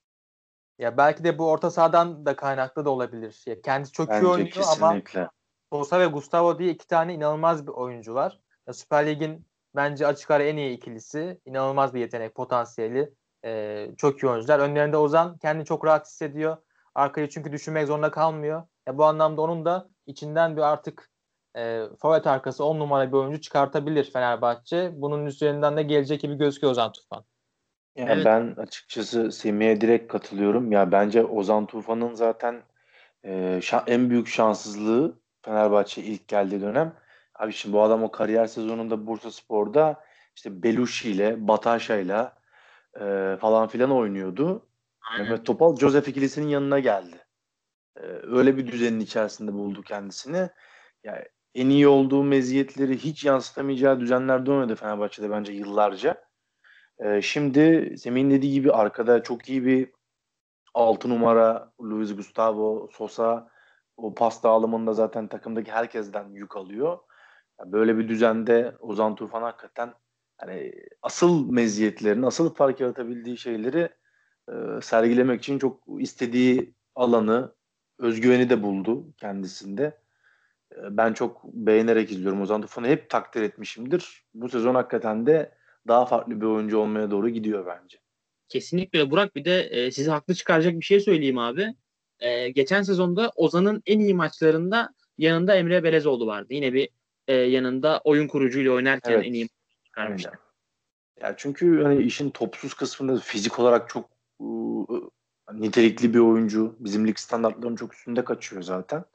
[SPEAKER 2] Ya belki de bu orta sahadan da kaynaklı da olabilir. Ya kendisi çok iyi
[SPEAKER 3] Bence
[SPEAKER 2] oynuyor ama
[SPEAKER 3] kesinlikle.
[SPEAKER 2] Sosa ve Gustavo diye iki tane inanılmaz bir oyuncu var. Ya Süper Lig'in bence açık ara en iyi ikilisi. İnanılmaz bir yetenek, potansiyeli. Ee, çok iyi oyuncular. Önlerinde Ozan kendini çok rahat hissediyor. Arkayı çünkü düşünmek zorunda kalmıyor. Ya bu anlamda onun da içinden bir artık e, forvet arkası on numara bir oyuncu çıkartabilir Fenerbahçe. Bunun üzerinden de gelecek gibi gözüküyor Ozan Tufan.
[SPEAKER 3] Ya
[SPEAKER 1] Evet.
[SPEAKER 3] ben açıkçası Semih'e direkt katılıyorum. Ya bence Ozan Tufan'ın zaten e, şa- en büyük şanssızlığı Fenerbahçe ilk geldiği dönem. Abi şimdi bu adam o kariyer sezonunda Bursaspor'da işte Belushi ile Bataşa ile e, falan filan oynuyordu.
[SPEAKER 1] Aynen.
[SPEAKER 3] Mehmet Topal Joseph ikilisinin yanına geldi. E, öyle bir düzenin içerisinde buldu kendisini. Yani en iyi olduğu meziyetleri hiç yansıtamayacağı düzenlerde oynadı Fenerbahçe'de bence yıllarca. Ee, şimdi Semih'in dediği gibi arkada çok iyi bir altı numara Luis Gustavo Sosa o pas dağılımında zaten takımdaki herkesten yük alıyor. Yani böyle bir düzende Ozan Tufan hakikaten hani asıl meziyetlerini, asıl fark yaratabildiği şeyleri e, sergilemek için çok istediği alanı, özgüveni de buldu kendisinde. E, ben çok beğenerek izliyorum. Ozan Tufan'ı hep takdir etmişimdir. Bu sezon hakikaten de daha farklı bir oyuncu olmaya doğru gidiyor bence.
[SPEAKER 1] Kesinlikle Burak bir de e, sizi haklı çıkaracak bir şey söyleyeyim abi. E, geçen sezonda Ozan'ın en iyi maçlarında yanında Emre Belezoğlu vardı. Yine bir e, yanında oyun kurucuyla oynarken en iyi
[SPEAKER 3] Evet.
[SPEAKER 1] maç
[SPEAKER 3] Aynen.
[SPEAKER 1] çıkarmıştı.
[SPEAKER 3] Ya çünkü hani işin topsuz kısmında fizik olarak çok ıı, nitelikli bir oyuncu. Bizim lig standartlarının çok üstünde kaçıyor zaten.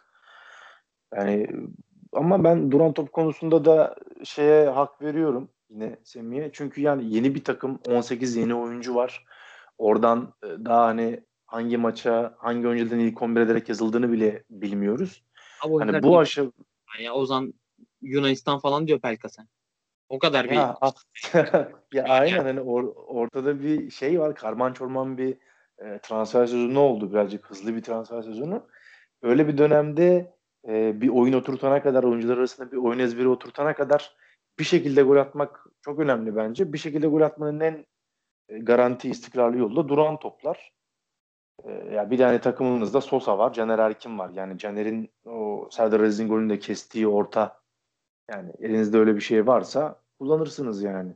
[SPEAKER 3] Yani ama ben duran top konusunda da şeye hak veriyorum yine Semih'e. Çünkü yani yeni bir takım on sekiz yeni oyuncu var. Oradan e, daha hani hangi maça hangi oyuncuların ilk on bir ederek yazıldığını bile bilmiyoruz.
[SPEAKER 1] Abi
[SPEAKER 3] Hani
[SPEAKER 1] oyuncular
[SPEAKER 3] bu
[SPEAKER 1] değil.
[SPEAKER 3] aşı
[SPEAKER 1] Ya Ozan Yunanistan falan diyor Pelkas'a. O kadar bir
[SPEAKER 3] ya a- ya
[SPEAKER 1] var
[SPEAKER 3] aynen
[SPEAKER 1] yani.
[SPEAKER 3] hani or- ortada bir şey var. Karman çorman bir e, transfer sezonu oldu. Birazcık hızlı bir transfer sezonu. Öyle bir dönemde e, bir oyun oturtana kadar, oyuncular arasında bir oyun ezberi oturtana kadar bir şekilde gol atmak çok önemli bence. Bir şekilde gol atmanın en e, garanti istikrarlı yolu da duran toplar. E, ya bir tane takımınızda Sosa var, Caner Erkin var. Yani Caner'in o Serdar Aziz'in golünde kestiği orta, yani elinizde öyle bir şey varsa kullanırsınız yani.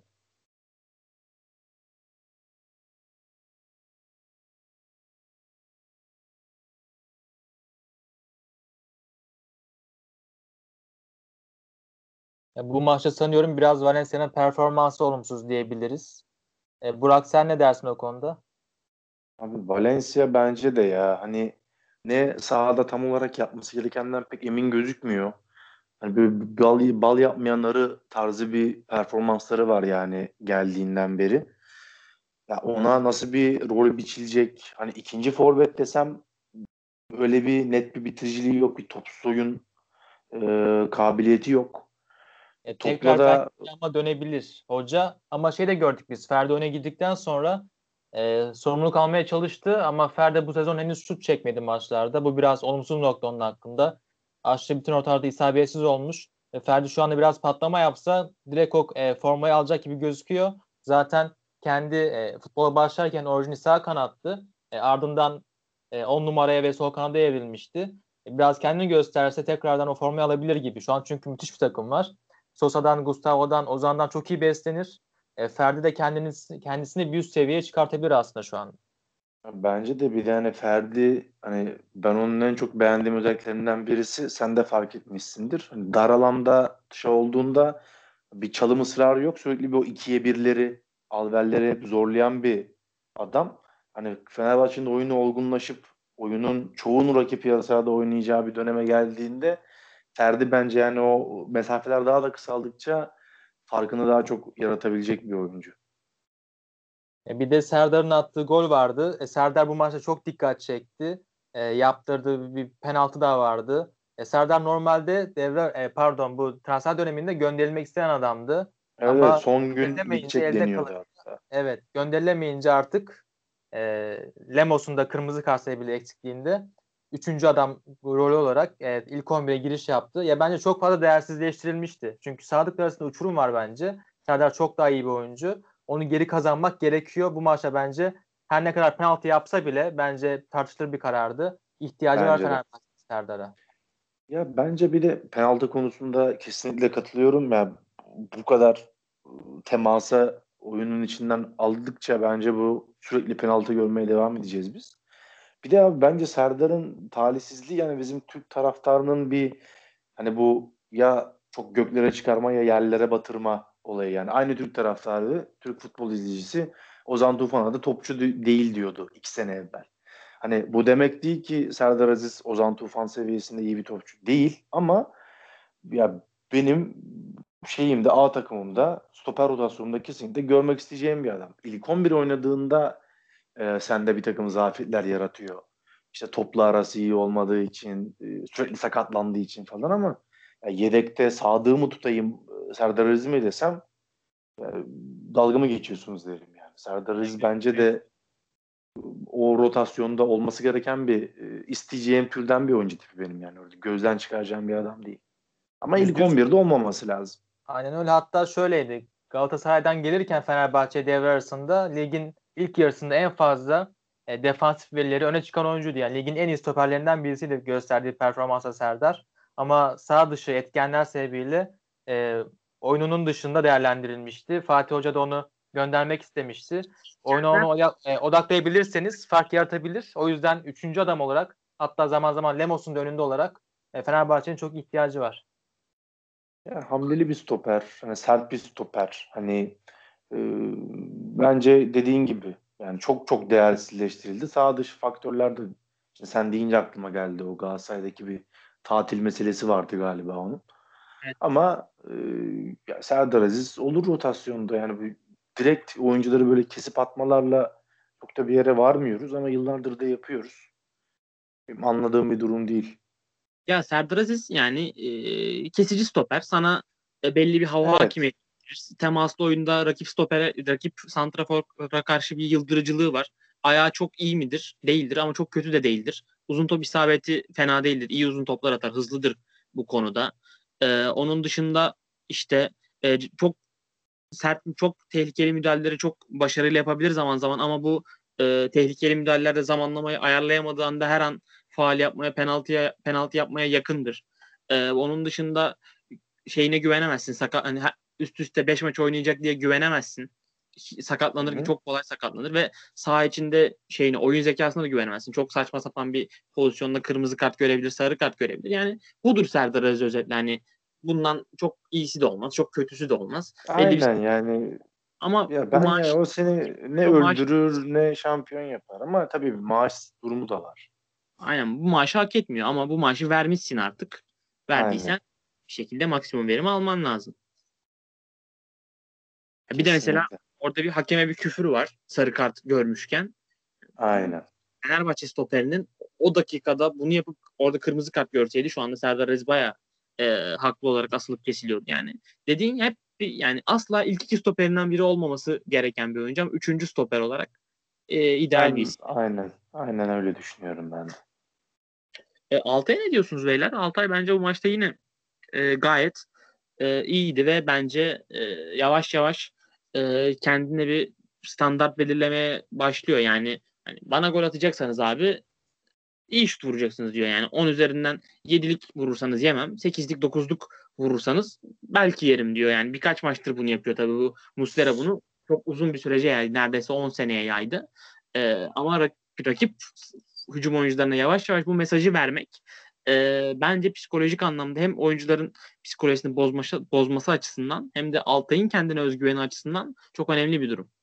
[SPEAKER 2] Ya bu maçta sanıyorum biraz Valencia'nın performansı olumsuz diyebiliriz. E, Burak sen ne dersin o konuda?
[SPEAKER 3] Abi Valencia bence de ya hani ne sahada tam olarak yapması gerekenden pek emin gözükmüyor. Hani böyle bir bal, bal yapmayanları tarzı bir performansları var yani geldiğinden beri. Ya ona nasıl bir rol biçilecek? Hani ikinci forvet desem öyle bir net bir bitiriciliği yok. Bir topsuz oyun e, kabiliyeti yok.
[SPEAKER 2] E,
[SPEAKER 3] Topla
[SPEAKER 2] tekrardan
[SPEAKER 3] da
[SPEAKER 2] ama dönebilir hoca. Ama şey de gördük biz. Ferdi öne gittikten sonra e, sorumluluk almaya çalıştı ama Ferdi bu sezon henüz şut çekmedi maçlarda. Bu biraz olumsuz nokta onun hakkında. Aşırı bütün ortalarda isabetsiz olmuş. E, Ferdi şu anda biraz patlama yapsa direkt o e, formayı alacak gibi gözüküyor. Zaten kendi e, futbola başlarken orijini sağ kanattı. E, ardından e, on numaraya ve sol kanada evrilmişti. E, biraz kendini gösterse tekrardan o formayı alabilir gibi. Şu an çünkü müthiş bir takım var. Sosa'dan, Gustavo'dan, Ozan'dan çok iyi beslenir. E, Ferdi de kendini, kendisini bir üst seviyeye çıkartabilir aslında şu an.
[SPEAKER 3] bence de bir tane Ferdi, hani ben onun en çok beğendiğim özelliklerinden birisi, sen de fark etmişsindir. Hani dar alanda şey olduğunda bir çalım ısrarı yok. Sürekli bir o ikiye birleri, alverleri hep zorlayan bir adam. Hani Fenerbahçe'nin oyunu olgunlaşıp oyunun çoğunu rakip yarı sahada oynayacağı bir döneme geldiğinde Ferdi bence yani o mesafeler daha da kısaldıkça farkını daha çok yaratabilecek bir oyuncu.
[SPEAKER 2] E, bir de Serdar'ın attığı gol vardı. E, Serdar bu maçta çok dikkat çekti. E, yaptırdığı bir penaltı da vardı. E, Serdar normalde devre e, pardon bu transfer döneminde gönderilmek isteyen adamdı.
[SPEAKER 3] Evet, evet,
[SPEAKER 2] Ama
[SPEAKER 3] son gün
[SPEAKER 2] gönderilemeyince
[SPEAKER 3] gidecek
[SPEAKER 2] elde
[SPEAKER 3] deniyordu
[SPEAKER 2] kalır.
[SPEAKER 3] hatta.
[SPEAKER 2] Evet, gönderilemeyince artık e, Lemos'un da kırmızı kart bile eksikliğinde üçüncü adam rolü olarak evet, ilk on bire giriş yaptı. Ya bence çok fazla değersizleştirilmişti. Çünkü Sadıklar arasında uçurum var bence. Serdar çok daha iyi bir oyuncu. Onu geri kazanmak gerekiyor. Bu maçta bence her ne kadar penaltı yapsa bile bence tartışılır bir karardı. İhtiyacı var
[SPEAKER 3] Bence de.
[SPEAKER 2] Fenerbahçe Serdar'a.
[SPEAKER 3] Ya bence bir de penaltı konusunda kesinlikle katılıyorum. Ya bu kadar ıı, temasa oyunun içinden aldıkça bence bu sürekli penaltı görmeye devam edeceğiz biz. Bir de abi bence Serdar'ın talihsizliği, yani bizim Türk taraftarının bir hani bu ya çok göklere çıkarma ya yerlere batırma olayı yani. Aynı Türk taraftarı, Türk futbol izleyicisi Ozan Tufan'a da topçu de- değil diyordu iki sene evvel. Hani bu demek değil ki Serdar Aziz Ozan Tufan seviyesinde iyi bir topçu değil, ama ya benim şeyimde, A takımımda stoper rotasyonunda kesinlikle görmek isteyeceğim bir adam. İlk on bir oynadığında e, sende bir takım zafiyetler yaratıyor. İşte topla arası iyi olmadığı için, e, sürekli sakatlandığı için falan, ama ya yedekte sadığımı tutayım, e, Serdar Aziz mi desem e, dalga mı geçiyorsunuz derim yani. Serdar Aziz bence de o rotasyonda olması gereken bir, e, isteyeceğim türden bir oyuncu tipi benim yani. Orada gözden çıkaracağım bir adam değil. Ama ilk
[SPEAKER 2] Yüzde yüz
[SPEAKER 3] on birde olmaması lazım.
[SPEAKER 2] aynen öyle. Hatta şöyleydi. Galatasaray'dan gelirken Fenerbahçe devre arasında ligin ilk yarısında en fazla e, defansif verileri öne çıkan oyuncuydu. Yani ligin en iyi stoperlerinden birisiydi gösterdiği performansa Serdar. Ama sağ dışı etkenler sebebiyle e, oyununun dışında değerlendirilmişti. Fatih Hoca da onu göndermek istemişti. Oyuna onu oya- e, odaklayabilirseniz fark yaratabilir. O yüzden üçüncü adam olarak, hatta zaman zaman Lemos'un da önünde olarak e, Fenerbahçe'nin çok ihtiyacı var.
[SPEAKER 3] Ya, hamleli bir stoper, hani sert bir stoper. Hani e, bence dediğin gibi yani çok çok değersizleştirildi. Sağ dışı faktörler de, şimdi sen deyince aklıma geldi, o Galatasaray'daki bir tatil meselesi vardı galiba onun.
[SPEAKER 1] Evet.
[SPEAKER 3] Ama e, ya Serdar Aziz olur rotasyonda, yani bir, direkt oyuncuları böyle kesip atmalarla çok da bir yere varmıyoruz, ama yıllardır da yapıyoruz. Benim anladığım bir durum değil.
[SPEAKER 1] Ya Serdar Aziz yani e, kesici stoper. Sana e, belli bir hava
[SPEAKER 3] Evet.
[SPEAKER 1] hakimiyeti verir. Temaslı oyunda rakip stopere, rakip santrafora karşı bir yıldırıcılığı var. Ayağı çok iyi midir? Değildir ama çok kötü de değildir. Uzun top isabeti fena değildir. İyi uzun toplar atar. Hızlıdır bu konuda. E, onun dışında işte e, çok sert, çok tehlikeli müdahaleleri çok başarıyla yapabilir zaman zaman ama bu e, tehlikeli müdahalelerde zamanlamayı ayarlayamadığı anda her an faul yapmaya, penaltıya penaltı yapmaya yakındır. E, onun dışında şeyine güvenemezsin. Sakat hani üst üste beş maç oynayacak diye güvenemezsin. Sakatlanır ki
[SPEAKER 3] Hı-hı.
[SPEAKER 1] çok kolay sakatlanır ve saha içinde şeyine oyun zekasına da güvenemezsin. Çok saçma sapan bir pozisyonda kırmızı kart görebilir, sarı kart görebilir. Yani budur Serdar Aziz özetle. Hani bundan çok iyisi de olmaz, çok kötüsü de olmaz. Belli bir
[SPEAKER 3] Aynen yani
[SPEAKER 1] ama
[SPEAKER 3] ya
[SPEAKER 1] bu
[SPEAKER 3] ben yani
[SPEAKER 1] maaş
[SPEAKER 3] o seni ne
[SPEAKER 1] o maaş
[SPEAKER 3] öldürür ne şampiyon yapar ama tabii bir maaş durumu da var.
[SPEAKER 1] aynen bu maaşı hak etmiyor ama bu maaşı vermişsin artık.
[SPEAKER 3] Aynen.
[SPEAKER 1] Verdiysen bir şekilde maksimum verimi alman lazım. Bir de mesela
[SPEAKER 3] Kesinlikle.
[SPEAKER 1] orada bir hakeme bir küfür var sarı kart görmüşken.
[SPEAKER 3] Aynen.
[SPEAKER 1] Fenerbahçe stoperinin o dakikada bunu yapıp orada kırmızı kart görseydi şu anda Serdar Aziz bayağı e, haklı olarak asılıp kesiliyordu yani. Dediğin hep bir, yani asla ilk iki stoperinden biri olmaması gereken bir oyuncu ama üçüncü stoper olarak e, ideal bir
[SPEAKER 3] Ben
[SPEAKER 1] isim.
[SPEAKER 3] aynen aynen öyle düşünüyorum ben de.
[SPEAKER 1] E, Altay'a ne diyorsunuz beyler? Altay bence bu maçta yine e, gayet e, iyiydi ve bence e, yavaş yavaş e, kendine bir standart belirlemeye başlıyor. Yani hani bana gol atacaksanız abi iyi şut vuracaksınız diyor. Yani on üzerinden yedilik vurursanız yemem. sekizlik dokuzluk vurursanız belki yerim diyor. Yani birkaç maçtır bunu yapıyor tabii. Bu Muslera bunu çok uzun bir sürece yaydı. Neredeyse on seneye yaydı. Ee, ama rak- rakip hücum oyuncularına yavaş yavaş bu mesajı vermek e, bence psikolojik anlamda hem oyuncuların psikolojisini bozması, bozması açısından hem de Altay'ın kendine özgüveni açısından çok önemli bir durum.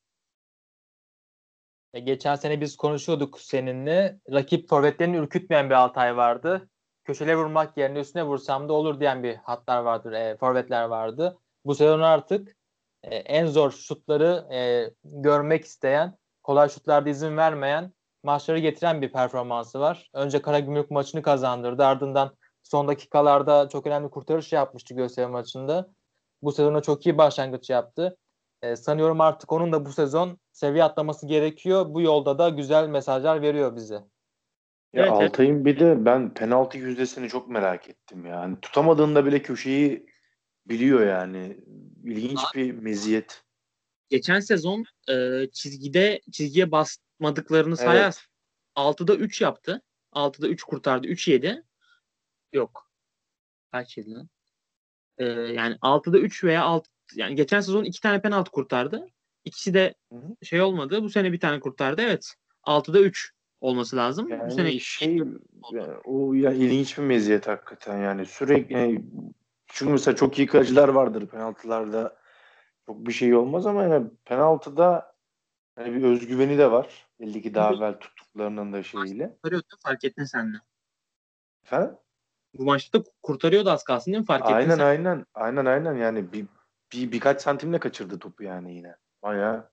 [SPEAKER 2] E, geçen sene biz konuşuyorduk seninle. Rakip forvetlerini ürkütmeyen bir Altay vardı. Köşele vurmak yerine üstüne vursam da olur diyen bir hatlar vardır, e, forvetler vardı. Bu sezon artık e, en zor şutları e, görmek isteyen, kolay şutlarda izin vermeyen, maçları getiren bir performansı var. Önce Karagümrük maçını kazandırdı. Ardından son dakikalarda çok önemli kurtarış yapmıştı Göztepe maçında. Bu sezona çok iyi başlangıç yaptı. E, sanıyorum artık onun da bu sezon seviye atlaması gerekiyor. Bu yolda da güzel mesajlar veriyor bize.
[SPEAKER 3] Ya
[SPEAKER 1] Evet, evet.
[SPEAKER 3] Altay'ın bir de ben penaltı yüzdesini çok merak ettim yani. Tutamadığında bile köşeyi biliyor yani. İlginç bir meziyet.
[SPEAKER 1] Geçen sezon e, çizgide çizgiye basmadıklarını sayarsak
[SPEAKER 3] Evet.
[SPEAKER 1] altıda üç yaptı. altıda üç kurtardı. üç yedi. Yok. Kaç yedi lan? E, yani altıda üç veya altı, yani geçen sezon iki tane penaltı kurtardı. İkisi de
[SPEAKER 3] Hı hı.
[SPEAKER 1] şey olmadı. Bu sene bir tane kurtardı. Evet. altıda üç olması lazım. Bu sene
[SPEAKER 3] Yani şey
[SPEAKER 1] oldu.
[SPEAKER 3] yani o ya ilginç bir meziyet hakikaten yani sürekli yani, çünkü mesela çok iyi kaleciler vardır penaltılarda çok bir şey olmaz ama yani penaltıda hani bir özgüveni de var. Belli ki daha evvel tuttuklarının da şeyiyle.
[SPEAKER 1] Kurtarıyordu, fark ettin sen de.
[SPEAKER 3] Efendim?
[SPEAKER 1] Bu maçta da kurtarıyordu az kalsın değil mi? Fark ettin
[SPEAKER 3] Aynen
[SPEAKER 1] sen.
[SPEAKER 3] aynen. Aynen aynen yani bir, bir birkaç santimle kaçırdı topu yani yine. Bayağı.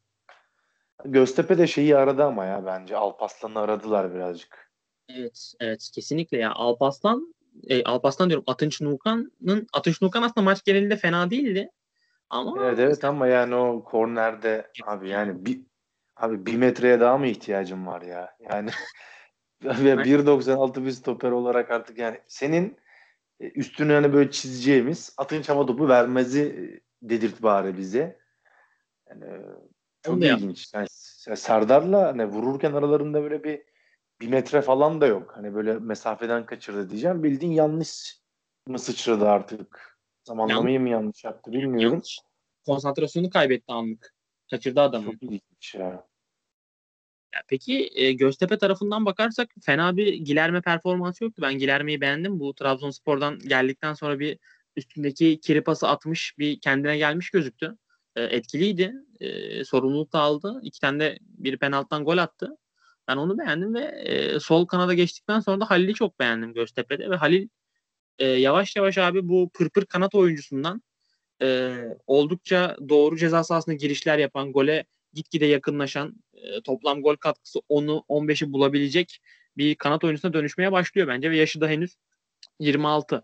[SPEAKER 3] Göztepe de şeyi aradı ama ya bence Alparslan'ı aradılar birazcık.
[SPEAKER 1] Evet, evet kesinlikle ya. Alparslan e, Alparslan diyorum, Atınç Nukan'ın Atınç Nukan aslında maç genelinde fena değildi ama
[SPEAKER 3] Evet evet ama yani o kornerde abi
[SPEAKER 1] yani,
[SPEAKER 3] yani bir abi bir metreye daha mı ihtiyacım var ya? Yani ve bir doksan altı bir stoper olarak artık yani senin e, üstünü hani böyle çizeceğimiz Atınç hava topu vermezi e, dedirt bari bize. Yani e,
[SPEAKER 1] onu
[SPEAKER 3] çok
[SPEAKER 1] da yap.
[SPEAKER 3] ilginç. Yani S- Serdar'la hani vururken aralarında böyle bir bir metre falan da yok. Hani böyle mesafeden kaçırdı diyeceğim. Bildiğin yanlış mı sıçradı artık?
[SPEAKER 1] Yanlış,
[SPEAKER 3] Zamanlamayı mı yanlış yaptı bilmiyorum.
[SPEAKER 1] yanlış. Konsantrasyonu kaybetti anlık. Kaçırdı adamı.
[SPEAKER 3] Çok ilginç ya.
[SPEAKER 1] Ya peki e, Göztepe tarafından bakarsak fena bir Gilerme performansı yoktu. Ben Gilerme'yi beğendim. Bu Trabzonspor'dan geldikten sonra bir üstündeki kiri pası atmış, bir kendine gelmiş gözüktü. E, etkiliydi. E, sorumluluk da aldı. İki tane de bir penaltıdan gol attı. Ben onu beğendim ve e, sol kanada geçtikten sonra da Halil'i çok beğendim Göztepe'de ve Halil e, yavaş yavaş abi bu pırpır kanat oyuncusundan e, oldukça doğru ceza sahasına girişler yapan, gole gitgide yakınlaşan, e, toplam gol katkısı onu on beşi bulabilecek bir kanat oyuncusuna dönüşmeye başlıyor bence ve yaşı da henüz yirmi altı.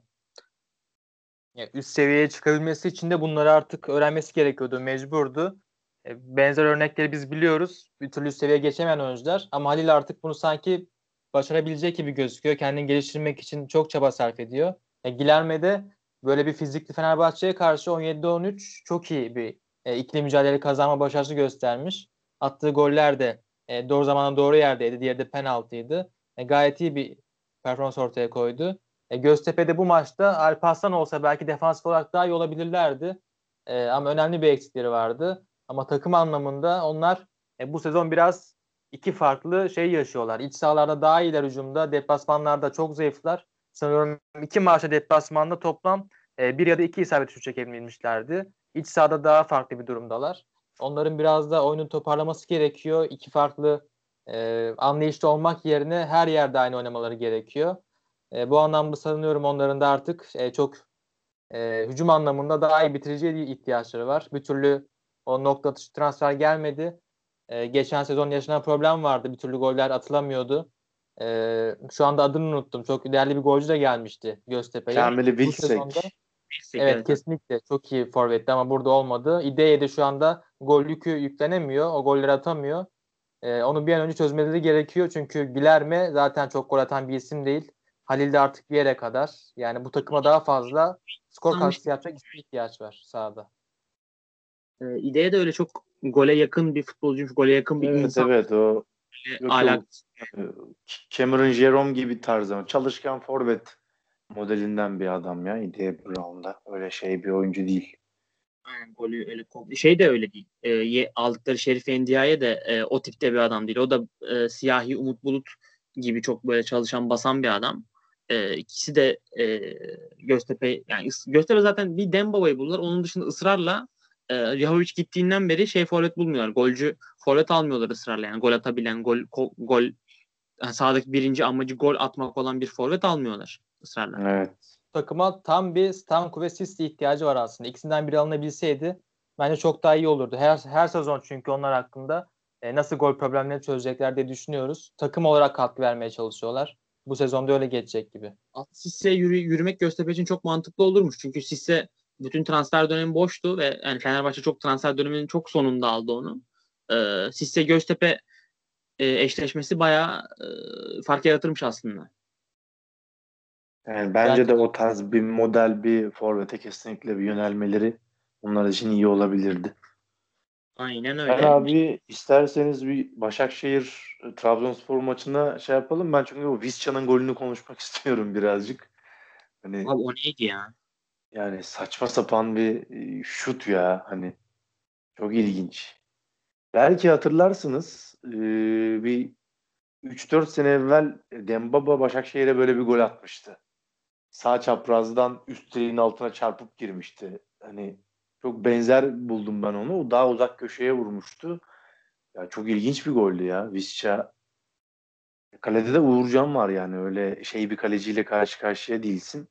[SPEAKER 2] Yani üst seviyeye çıkabilmesi için de bunları artık öğrenmesi gerekiyordu, mecburdu. E, benzer örnekleri biz biliyoruz. Bir türlü üst seviyeye geçemeyen oyuncular. Ama Halil artık bunu sanki başarabilecek gibi gözüküyor. Kendini geliştirmek için çok çaba sarf ediyor. E, Guilherme de böyle bir fizikli Fenerbahçe'ye karşı on yedide on üç çok iyi bir e, ikili mücadele kazanma başarısı göstermiş. Attığı goller de e, doğru zamanda doğru yerdeydi. Diğeri de penaltıydı. E, gayet iyi bir performans ortaya koydu. E, Göztepe'de bu maçta Alparslan olsa belki defansif olarak daha iyi olabilirlerdi. E, ama önemli bir eksikleri vardı. Ama takım anlamında onlar e, bu sezon biraz iki farklı şey yaşıyorlar. İç sahalarda daha iyiler hücumda. Deplasmanlarda çok zayıflar. Sanıyorum iki maçta deplasmanda toplam e, bir ya da iki isabet şut çekebilmişlerdi. İç sahada daha farklı bir durumdalar. Onların biraz da oyunu toparlaması gerekiyor. İki farklı e, anlayışta olmak yerine her yerde aynı oynamaları gerekiyor. E, bu anlamda sanıyorum onların da artık e, çok e, hücum anlamında daha iyi bitiriciye ihtiyaçları var. Bir türlü o nokta atışı transfer gelmedi. E, geçen sezon yaşanan problem vardı. Bir türlü goller atılamıyordu. E, şu anda adını unuttum. Çok değerli bir golcü de gelmişti Göztepe'ye.
[SPEAKER 3] Kamil
[SPEAKER 2] Bu sezonda
[SPEAKER 3] Vilsek.
[SPEAKER 2] evet kesinlikle çok iyi forvetti ama burada olmadı. İdeye de şu anda gol yükü yüklenemiyor. O golleri atamıyor. Ee, onu bir an önce çözmeleri gerekiyor. Çünkü Guilherme zaten çok gol atan bir isim değil. Halil de artık bir yere kadar. Yani bu takıma daha fazla skor katkısı yapacak isim ihtiyaç var sahada.
[SPEAKER 1] E, İdeye de öyle çok gole yakın bir futbolcuymuş. Gole yakın bir
[SPEAKER 3] Evet
[SPEAKER 1] insan.
[SPEAKER 3] evet o yok
[SPEAKER 1] Alak.
[SPEAKER 3] yok Cameron Jerome gibi tarzı çalışkan forvet modelinden bir adam ya İdeye Brown'da. Öyle şey bir oyuncu değil.
[SPEAKER 1] Aynen, golü öyle kom- şey de öyle değil. E, ye- aldıkları Şerif Endiaye de e, o tipte bir adam değil. O da e, siyahi Umut Bulut gibi çok böyle çalışan basan bir adam. E, ikisi de e, Göztepe yani ıs- Göztepe zaten bir Dembaba'yı buldular. Onun dışında ısrarla e, Yahovic gittiğinden beri şey forvet bulmuyorlar. Golcü forvet almıyorlar ısrarla. Yani gol atabilen, gol ko- gol yani sahadaki birinci amacı gol atmak olan bir forvet almıyorlar ısrarla.
[SPEAKER 3] Evet.
[SPEAKER 2] Takıma tam bir Stanko ve Sissi ihtiyacı var aslında. İkisinden biri alınabilseydi bence çok daha iyi olurdu. Her, her sezon çünkü onlar hakkında e, nasıl gol problemlerini çözecekler diye düşünüyoruz. Takım olarak katkı vermeye çalışıyorlar. Bu sezonda öyle geçecek gibi.
[SPEAKER 1] Sisse yürü, yürümek Göztepe için çok mantıklı olurmuş. Çünkü Sisse bütün transfer dönemi boştu ve yani Fenerbahçe çok transfer döneminin çok sonunda aldı onu. Ee, Sisse Göztepe e, eşleşmesi bayağı e, fark yaratırmış aslında.
[SPEAKER 3] Yani bence
[SPEAKER 2] Bence
[SPEAKER 3] de
[SPEAKER 2] de.
[SPEAKER 3] o tarz bir model bir forvete kesinlikle bir yönelmeleri onlar için iyi olabilirdi.
[SPEAKER 1] Aynen
[SPEAKER 3] Ben
[SPEAKER 1] öyle.
[SPEAKER 3] abi isterseniz bir Başakşehir e, Trabzonspor maçına şey yapalım. Ben çünkü o Visca'nın golünü konuşmak istiyorum birazcık. Hani
[SPEAKER 1] Abi o neydi ya?
[SPEAKER 3] yani saçma sapan bir e, şut ya hani çok ilginç. Belki hatırlarsınız e, bir üç dört sene evvel Dembaba Başakşehir'e böyle bir gol atmıştı. Sağ çaprazdan üst direğin altına çarpıp girmişti. Hani çok benzer buldum ben onu. O daha uzak köşeye vurmuştu. Ya çok ilginç bir goldü ya. Visca. Kalede de Uğurcan var yani. Öyle şey bir kaleciyle karşı karşıya değilsin.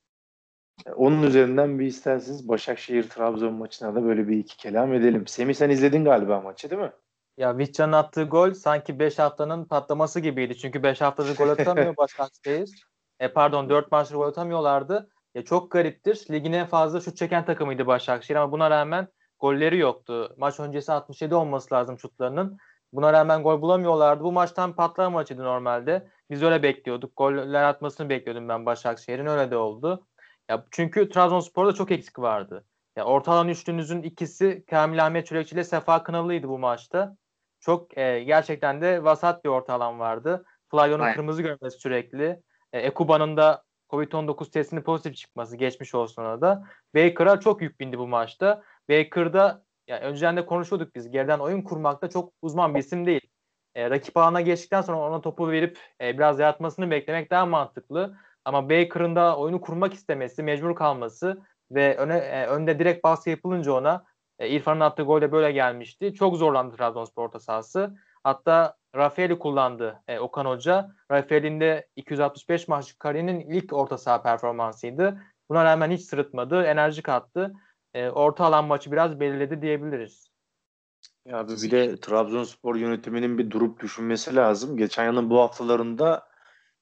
[SPEAKER 3] E, Onun üzerinden bir isterseniz Başakşehir-Trabzon maçına da böyle bir iki kelam edelim. Semih sen izledin galiba maçı değil mi?
[SPEAKER 2] Ya Vizcan'ın attığı gol sanki beş haftanın patlaması gibiydi. Çünkü beş haftadır gol atamıyor Başakşehir. E pardon dört maçtır gol atamıyorlardı. Ya çok gariptir. Ligin en fazla şut çeken takımıydı Başakşehir ama buna rağmen golleri yoktu. Maç öncesi altmış yedi olması lazım şutlarının. Buna rağmen gol bulamıyorlardı. Bu maçtan patlama maçıydı normalde. Biz öyle bekliyorduk. Goller atmasını bekliyordum ben Başakşehir'in. Öyle de oldu. Ya çünkü Trabzonspor'da çok eksik vardı. Ya orta alan üçlünüzün ikisi Kamil Ahmet Çörekçi ile Sefa Kınalı'ydı bu maçta. Çok e, gerçekten de vasat bir orta alan vardı. Flavio'nun
[SPEAKER 1] Aynen.
[SPEAKER 2] kırmızı görmesi sürekli. E, Ekuba'nın da covid on dokuz testinin pozitif çıkması geçmiş olsun ona da. Baker'a çok yük bindi bu maçta. Baker'da yani önceden de konuşuyorduk biz. Geriden oyun kurmakta çok uzman bir isim değil. E, rakip alana geçtikten sonra ona topu verip e, biraz yaratmasını beklemek daha mantıklı. Ama Baker'ın da oyunu kurmak istemesi, mecbur kalması ve öne, e, önde direkt baskı yapılınca ona e, İrfan'ın attığı golle böyle gelmişti. Çok zorlandı Trabzonspor orta sahası. Hatta Rafael'i kullandı e, Okan Hoca. Rafael'in de iki yüz altmış beş maçlık kariyerinin ilk orta saha performansıydı. Buna rağmen hiç sırıtmadı, enerji kattı. E, orta alan maçı biraz belirledi diyebiliriz.
[SPEAKER 3] Ya abi bir de Trabzonspor yönetiminin bir durup düşünmesi lazım. Geçen yılın bu haftalarında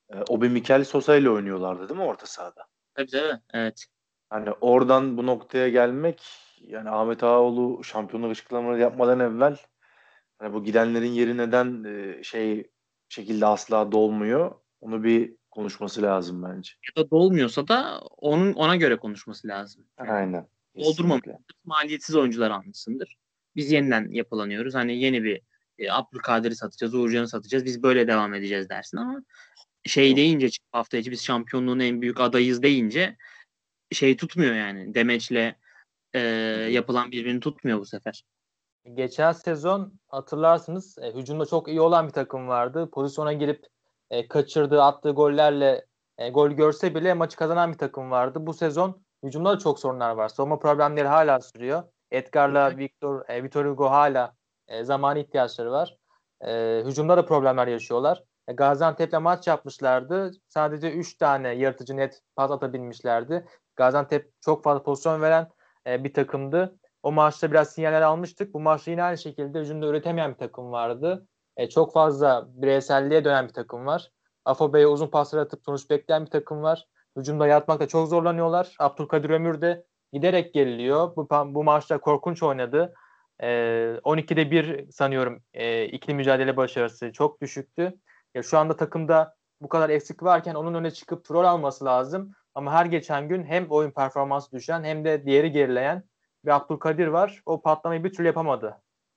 [SPEAKER 3] e, Obi Mikel Sosa ile oynuyorlardı değil mi orta sahada?
[SPEAKER 1] Tabii tabii. Evet.
[SPEAKER 3] Hani oradan bu noktaya gelmek, yani Ahmet Ağaoğlu şampiyonluk açıklamaları yapmadan evvel hani bu gidenlerin yeri neden e, şey şekilde asla dolmuyor? Onu bir konuşması lazım bence.
[SPEAKER 1] Ya da dolmuyorsa da onun ona göre konuşması lazım. Yani
[SPEAKER 3] Aynen.
[SPEAKER 1] doldurmamışsındır.
[SPEAKER 3] Kesinlikle.
[SPEAKER 1] Maliyetsiz oyuncular almışsındır. Biz yeniden yapılanıyoruz. Hani yeni bir e, Abdülkadir'i satacağız, Uğurcan'ı satacağız. Biz böyle devam edeceğiz dersin ama şey
[SPEAKER 3] Yok.
[SPEAKER 1] deyince hafta içi biz şampiyonluğun en büyük adayız deyince şey tutmuyor yani. Demeçle e,
[SPEAKER 3] Hı hı.
[SPEAKER 1] yapılan birbirini tutmuyor bu sefer.
[SPEAKER 2] Geçen sezon hatırlarsınız e, hücumda çok iyi olan bir takım vardı. Pozisyona girip e, kaçırdığı, attığı gollerle e, gol görse bile maçı kazanan bir takım vardı. Bu sezon hücumda da çok sorunlar var. Savunma problemleri hala sürüyor. Edgar'la Victor, e, Victor Hugo hala e, zamanı ihtiyaçları var. E, hücumda da problemler yaşıyorlar. E, Gaziantep'le maç yapmışlardı. Sadece üç tane yaratıcı net pas atabilmişlerdi. Gaziantep çok fazla pozisyon veren e, bir takımdı. O maçta biraz sinyaller almıştık. Bu maçta yine aynı şekilde hücumda üretemeyen bir takım vardı. E, çok fazla bireyselliğe dönen bir takım var. Afobe'ye uzun paslar atıp sonuç bekleyen bir takım var. Hücumda yatmakta çok zorlanıyorlar. Abdülkadir Ömür de giderek geriliyor. Bu, bu maçta korkunç oynadı. E, on ikide bir sanıyorum e, ikili mücadele başarısı çok düşüktü. Ya şu anda takımda bu kadar eksik varken onun öne çıkıp rol alması lazım. Ama her geçen gün hem oyun performansı düşen hem de diğeri gerileyen bir Abdülkadir var. O patlamayı bir türlü yapamadı.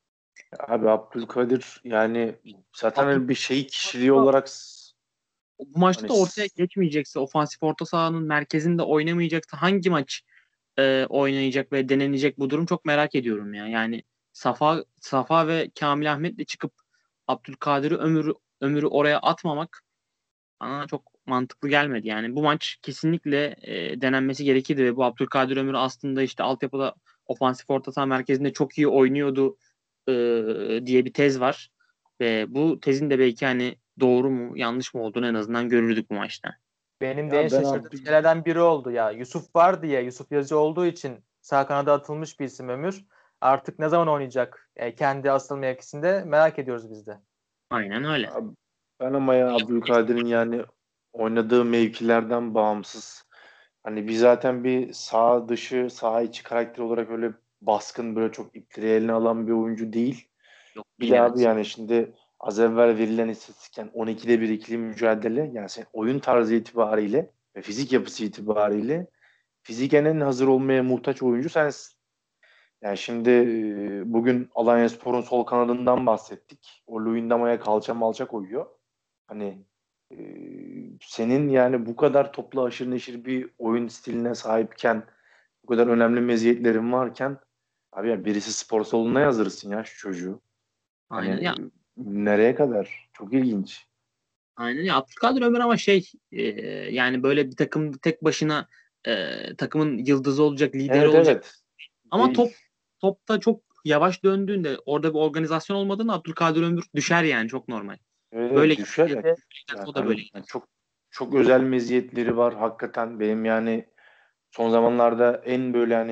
[SPEAKER 3] Abi Abdülkadir yani zaten
[SPEAKER 1] Abdül
[SPEAKER 3] öyle bir şey kişiliği olarak s-
[SPEAKER 1] bu maçta
[SPEAKER 3] hani
[SPEAKER 1] da ortaya
[SPEAKER 3] s-
[SPEAKER 1] geçmeyecekse, ofansif orta sahanın merkezinde oynamayacaksa hangi maç e, oynayacak ve denenecek bu durum çok merak ediyorum ya. Yani Safa Safa ve Kamil Ahmet'le çıkıp Abdülkadir'i Ömür'ü Ömür'ü oraya atmamak bana çok mantıklı gelmedi. Yani bu maç kesinlikle e, denenmesi gerekirdi ve bu Abdülkadir Ömür aslında işte altyapıda ofansif orta saha merkezinde çok iyi oynuyordu e, diye bir tez var. Ve bu tezin de belki hani doğru mu yanlış mı olduğunu en azından görürdük bu maçta.
[SPEAKER 2] Benim de en
[SPEAKER 3] ya ben
[SPEAKER 2] şaşırdığım
[SPEAKER 3] Abdül
[SPEAKER 2] şeylerden biri oldu ya. Yusuf var diye, Yusuf Yazıcı olduğu için sağ kanada atılmış bir isim Ömür. Artık ne zaman oynayacak e, kendi asıl mevkisinde merak ediyoruz biz de.
[SPEAKER 1] Aynen öyle.
[SPEAKER 3] Abi, ben ama ya Abdülkadir'in yani oynadığı mevkilerden bağımsız hani bir zaten bir sağ dışı sağ içi karakter olarak öyle baskın böyle çok ipleri eline alan bir oyuncu değil.
[SPEAKER 1] Yok
[SPEAKER 3] Bir
[SPEAKER 1] değil
[SPEAKER 3] de abi
[SPEAKER 1] evet.
[SPEAKER 3] yani şimdi az evvel verilen istatistikken on ikide bir ikili mücadele yani senin oyun tarzı itibariyle ve fizik yapısı itibariyle fiziken en hazır olmaya muhtaç oyuncu sensin. Yani şimdi e, bugün Alanyaspor'un sol kanadından bahsettik. O Luyendama'ya kalça malça koyuyor. Hani e, senin yani bu kadar toplu aşırı neşir bir oyun stiline sahipken bu kadar önemli meziyetlerin varken abi ya birisi spor salonuna yazdırırsın ya şu çocuğu.
[SPEAKER 1] Aynen
[SPEAKER 3] Hani
[SPEAKER 1] ya.
[SPEAKER 3] nereye kadar? Çok ilginç.
[SPEAKER 1] Aynen ya. Abdülkadir Ömür ama şey e, yani böyle bir takım tek başına e, takımın yıldızı olacak, lideri
[SPEAKER 3] Evet
[SPEAKER 1] olacak.
[SPEAKER 3] evet.
[SPEAKER 1] Ama
[SPEAKER 3] Değil.
[SPEAKER 1] top topta çok yavaş döndüğünde orada bir organizasyon olmadığında Abdülkadir Ömür düşer yani çok normal.
[SPEAKER 3] Evet,
[SPEAKER 1] Böyle
[SPEAKER 3] evet, düşer ya.
[SPEAKER 1] giderse
[SPEAKER 3] Yani
[SPEAKER 1] o da
[SPEAKER 3] hani
[SPEAKER 1] böyle gider.
[SPEAKER 3] çok çok özel meziyetleri var hakikaten. Benim yani son zamanlarda en böyle hani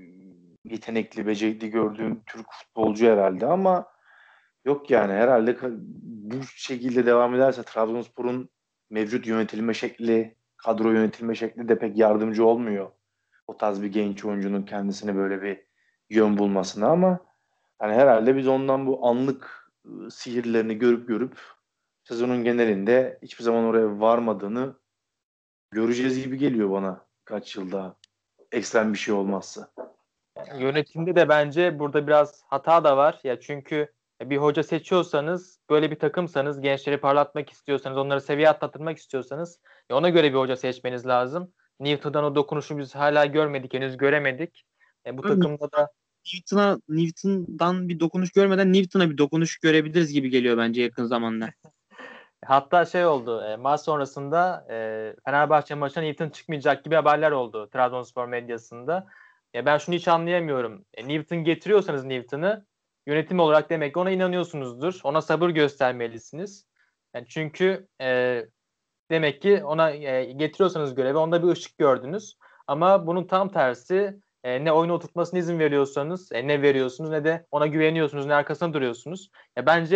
[SPEAKER 3] e, yetenekli, becerikli gördüğüm Türk futbolcu herhalde ama yok yani herhalde ka- bu şekilde devam ederse Trabzonspor'un mevcut yönetilme şekli, kadro yönetilme şekli de pek yardımcı olmuyor. O tarz bir genç oyuncunun kendisine böyle bir yön bulmasına ama hani herhalde biz ondan bu anlık e, sihirlerini görüp görüp sezonun genelinde hiçbir zaman oraya varmadığını göreceğiz gibi geliyor bana kaç yılda ekstrem bir şey olmazsa.
[SPEAKER 2] Yani yönetimde de bence burada biraz hata da var. Ya çünkü bir hoca seçiyorsanız, böyle bir takımsanız, gençleri parlatmak istiyorsanız, onları seviye atlatmak istiyorsanız ya ona göre bir hoca seçmeniz lazım. Newton'dan o dokunuşu biz hala görmedik, henüz göremedik. E, bu takımda da
[SPEAKER 1] Newton'a Newton'dan bir dokunuş görmeden Newton'a bir dokunuş görebiliriz gibi geliyor bence yakın zamanda.
[SPEAKER 2] hatta şey oldu, e, maç sonrasında e, Fenerbahçe maçına Newton çıkmayacak gibi haberler oldu Trabzonspor medyasında. Ya ben şunu hiç anlayamıyorum. E, Newton getiriyorsanız Newton'ı yönetim olarak demek ki ona inanıyorsunuzdur. Ona sabır göstermelisiniz. Yani çünkü e, demek ki ona e, getiriyorsanız göreve onda bir ışık gördünüz. Ama bunun tam tersi e, ne oyunu oturtmasına izin veriyorsanız e, ne veriyorsunuz ne de ona güveniyorsunuz ne arkasında duruyorsunuz. Ya bence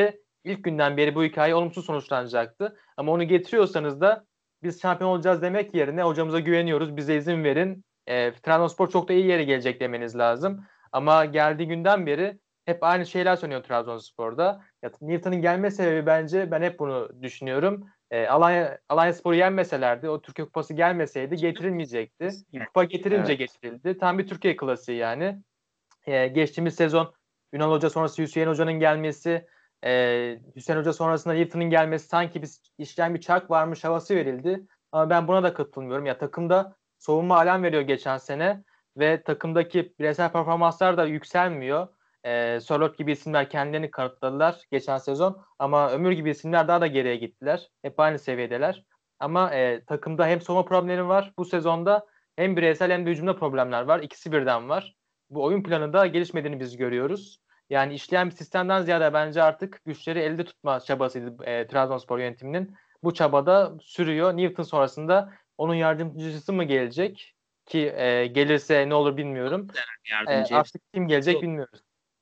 [SPEAKER 2] ilk günden beri bu hikaye olumsuz sonuçlanacaktı. Ama onu getiriyorsanız da biz şampiyon olacağız demek yerine hocamıza güveniyoruz, bize izin verin. E, Trabzonspor çok da iyi yere gelecek demeniz lazım. Ama geldiği günden beri hep aynı şeyler söyleniyor Trabzonspor'da. Ya, Newton'un gelme sebebi bence, ben hep bunu düşünüyorum. E, Alanya, Alanyaspor'u yenmeselerdi, o Türkiye Kupası gelmeseydi getirilmeyecekti. Kupa getirince
[SPEAKER 3] Evet.
[SPEAKER 2] getirildi. Tam bir Türkiye klasiği yani. E, geçtiğimiz sezon Ünal Hoca sonrası Hüseyin Hoca'nın gelmesi, e, Hüseyin Hoca sonrasında Newton'un gelmesi sanki bir işleyen bir çark varmış havası verildi. Ama ben buna da katılmıyorum. Ya takımda soğuma alarm veriyor geçen sene ve takımdaki bireysel performanslar da yükselmiyor. E, Sörloth gibi isimler kendilerini kanıtladılar geçen sezon ama Ömür gibi isimler daha da geriye gittiler. Hep aynı seviyedeler. Ama e, takımda hem soğuma problemi var bu sezonda, hem bireysel hem de hücumda problemler var. İkisi birden var. Bu oyun planında gelişmediğini biz görüyoruz. Yani işleyen bir sistemden ziyade bence artık güçleri elde tutma çabasıydı e, Trabzonspor yönetiminin. Bu çabada sürüyor. Newton sonrasında onun yardımcısı mı gelecek? Ki e, gelirse ne olur bilmiyorum. E,
[SPEAKER 1] Yardımcı hepsi.
[SPEAKER 2] artık kim gelecek bilmiyoruz.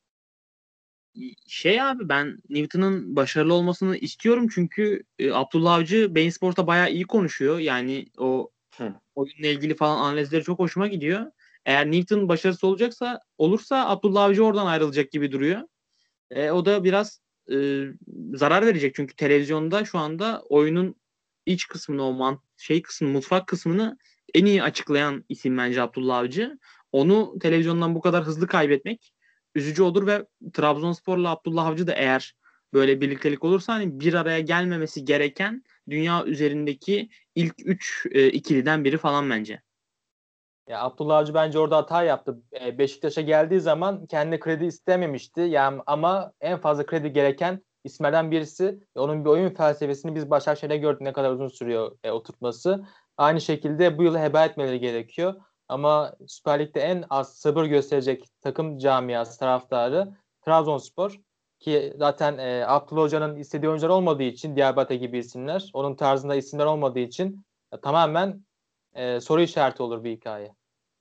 [SPEAKER 1] Şey abi, ben Newton'un başarılı olmasını istiyorum çünkü e, Abdullah Avcı Bein Sport'a bayağı iyi konuşuyor. Yani o
[SPEAKER 3] Hı.
[SPEAKER 1] oyunla ilgili falan analizleri çok hoşuma gidiyor. Eğer Newton başarısı olacaksa olursa Abdullah Avcı oradan ayrılacak gibi duruyor. E, o da biraz e, zarar verecek çünkü televizyonda şu anda oyunun iç kısmını, o man şey kısmını, mutfak kısmını en iyi açıklayan isim bence Abdullah Avcı. Onu televizyondan bu kadar hızlı kaybetmek üzücü olur ve Trabzonspor'la Abdullah Avcı da eğer böyle birliktelik olursa hani bir araya gelmemesi gereken dünya üzerindeki ilk üç e, ikiliden biri falan bence.
[SPEAKER 2] Ya Abdullah Avcı bence orada hata yaptı. E, Beşiktaş'a geldiği zaman kendi kredi istememişti. Yani ama en fazla kredi gereken isimlerden birisi. Onun bir oyun felsefesini biz Başakşehir'de gördük, ne kadar uzun sürüyor e, oturtması. Aynı şekilde bu yıl heba etmeleri gerekiyor. Ama Süper Lig'de en az sabır gösterecek takım camiası taraftarı Trabzonspor. Ki zaten e, Abdullah Hoca'nın istediği oyuncular olmadığı için, Diabate gibi isimler, onun tarzında isimler olmadığı için e, tamamen e, soru işareti olur bir hikaye.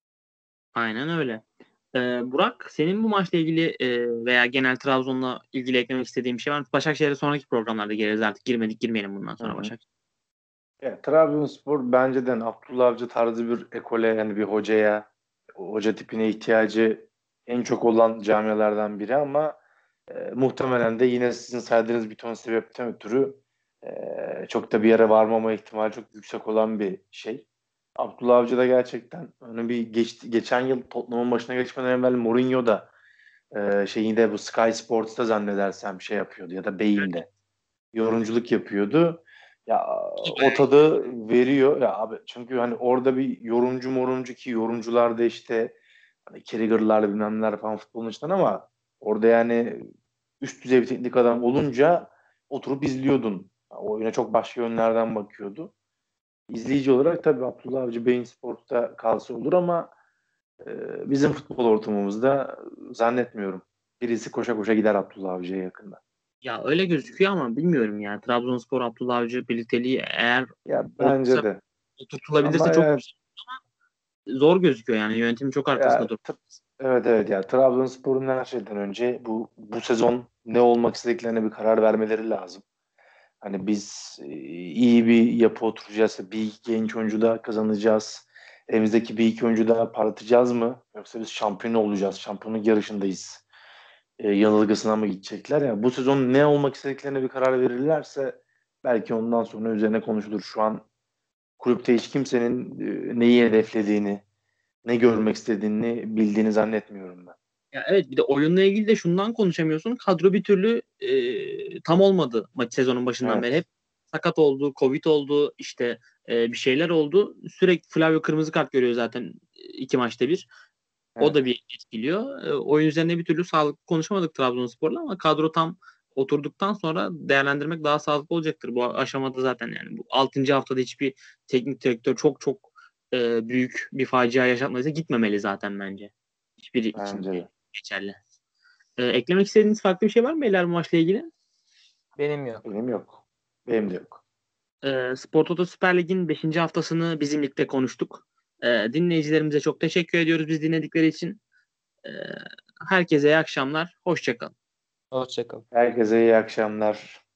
[SPEAKER 1] Aynen öyle. Ee, Burak, senin bu maçla ilgili e, veya genel Trabzon'la ilgili eklemek istediğin bir şey var mı? Başakşehir'e sonraki programlarda geliriz artık. Girmedik girmeyelim bundan
[SPEAKER 3] Hı
[SPEAKER 1] sonra
[SPEAKER 3] hı.
[SPEAKER 1] Başakşehir.
[SPEAKER 3] Ya, Trabzonspor bence de Abdullah Avcı tarzı bir ekole, yani bir hocaya, hoca tipine ihtiyacı en çok olan camialardan biri ama e, muhtemelen de yine sizin saydığınız bir ton sebepten ötürü e, çok da bir yere varmama ihtimali çok yüksek olan bir şey. Abdullah Avcı da gerçekten onu bir geçti, geçen yıl Tottenham'ın başına geçmeden evvel Mourinho da e, şeyinde bu Sky Sports'ta zannedersem şey yapıyordu ya da Beyin'de yorumculuk yapıyordu. Ya o tadı veriyor ya abi, çünkü hani orada bir yorumcu morumcu, ki yorumcular da işte hani Carragher'lar bilmem neler falan futbolun içinden, ama orada yani üst düzey bir teknik adam olunca oturup izliyordun. O oyuna çok başka yönlerden bakıyordu. İzleyici olarak tabii Abdullah Avcı Bein Sport'ta kalsa olur ama e, bizim futbol ortamımızda zannetmiyorum. Birisi koşa koşa gider Abdullah Avcı'ya yakında.
[SPEAKER 1] Ya öyle gözüküyor ama bilmiyorum ya. Trabzonspor Abdullah Avcı birlikteliği eğer
[SPEAKER 3] Ya
[SPEAKER 1] olursa,
[SPEAKER 3] bence de.
[SPEAKER 1] oturtulabilirse
[SPEAKER 3] Ama
[SPEAKER 1] çok
[SPEAKER 3] yani,
[SPEAKER 1] zor gözüküyor yani. Yönetim çok arkasında
[SPEAKER 3] ya,
[SPEAKER 1] dur.
[SPEAKER 3] t- evet evet ya, Trabzonspor'un her şeyden önce bu bu sezon ne olmak istediklerine bir karar vermeleri lazım. Hani biz e, iyi bir yapı oturacağız, bir iki genç oyuncu daha kazanacağız. Elimizdeki bir iki oyuncu daha parlatacağız mı? Yoksa biz şampiyon olacağız, şampiyonluk yarışındayız. E, yanılgısına mı gidecekler? Yani bu sezon ne olmak istediklerine bir karar verirlerse belki ondan sonra üzerine konuşulur. Şu an kulüpte hiç kimsenin e, neyi hedeflediğini, ne görmek istediğini bildiğini zannetmiyorum ben.
[SPEAKER 1] Ya evet, bir de oyunla ilgili de şundan konuşamıyorsun. Kadro bir türlü e, tam olmadı maç sezonun başından beri. Hep
[SPEAKER 3] Evet.
[SPEAKER 1] sakat oldu, Covid oldu, işte e, bir şeyler oldu. Sürekli Flavio kırmızı kart görüyor zaten e, iki maçta bir. O da
[SPEAKER 3] Evet.
[SPEAKER 1] bir etkiliyor. E, oyun üzerine bir türlü sağlıklı konuşamadık Trabzonspor'la ama kadro tam oturduktan sonra değerlendirmek daha sağlıklı olacaktır. Bu aşamada zaten yani bu altıncı haftada hiçbir teknik direktör çok çok e, büyük bir facia yaşatmadıysa gitmemeli zaten bence. Hiçbiri için
[SPEAKER 3] Bence de.
[SPEAKER 1] geçerli. E, eklemek istediğiniz farklı bir şey var mı beyler bu maçla ilgili?
[SPEAKER 2] Benim yok.
[SPEAKER 3] Benim yok. Benim de yok.
[SPEAKER 1] E, Spor Toto Süper Lig'in beşinci haftasını bizim ligde konuştuk. E, dinleyicilerimize çok teşekkür ediyoruz biz dinledikleri için. E, herkese iyi akşamlar. Hoşça kalın.
[SPEAKER 2] Hoşçakalın.
[SPEAKER 3] Herkese iyi akşamlar.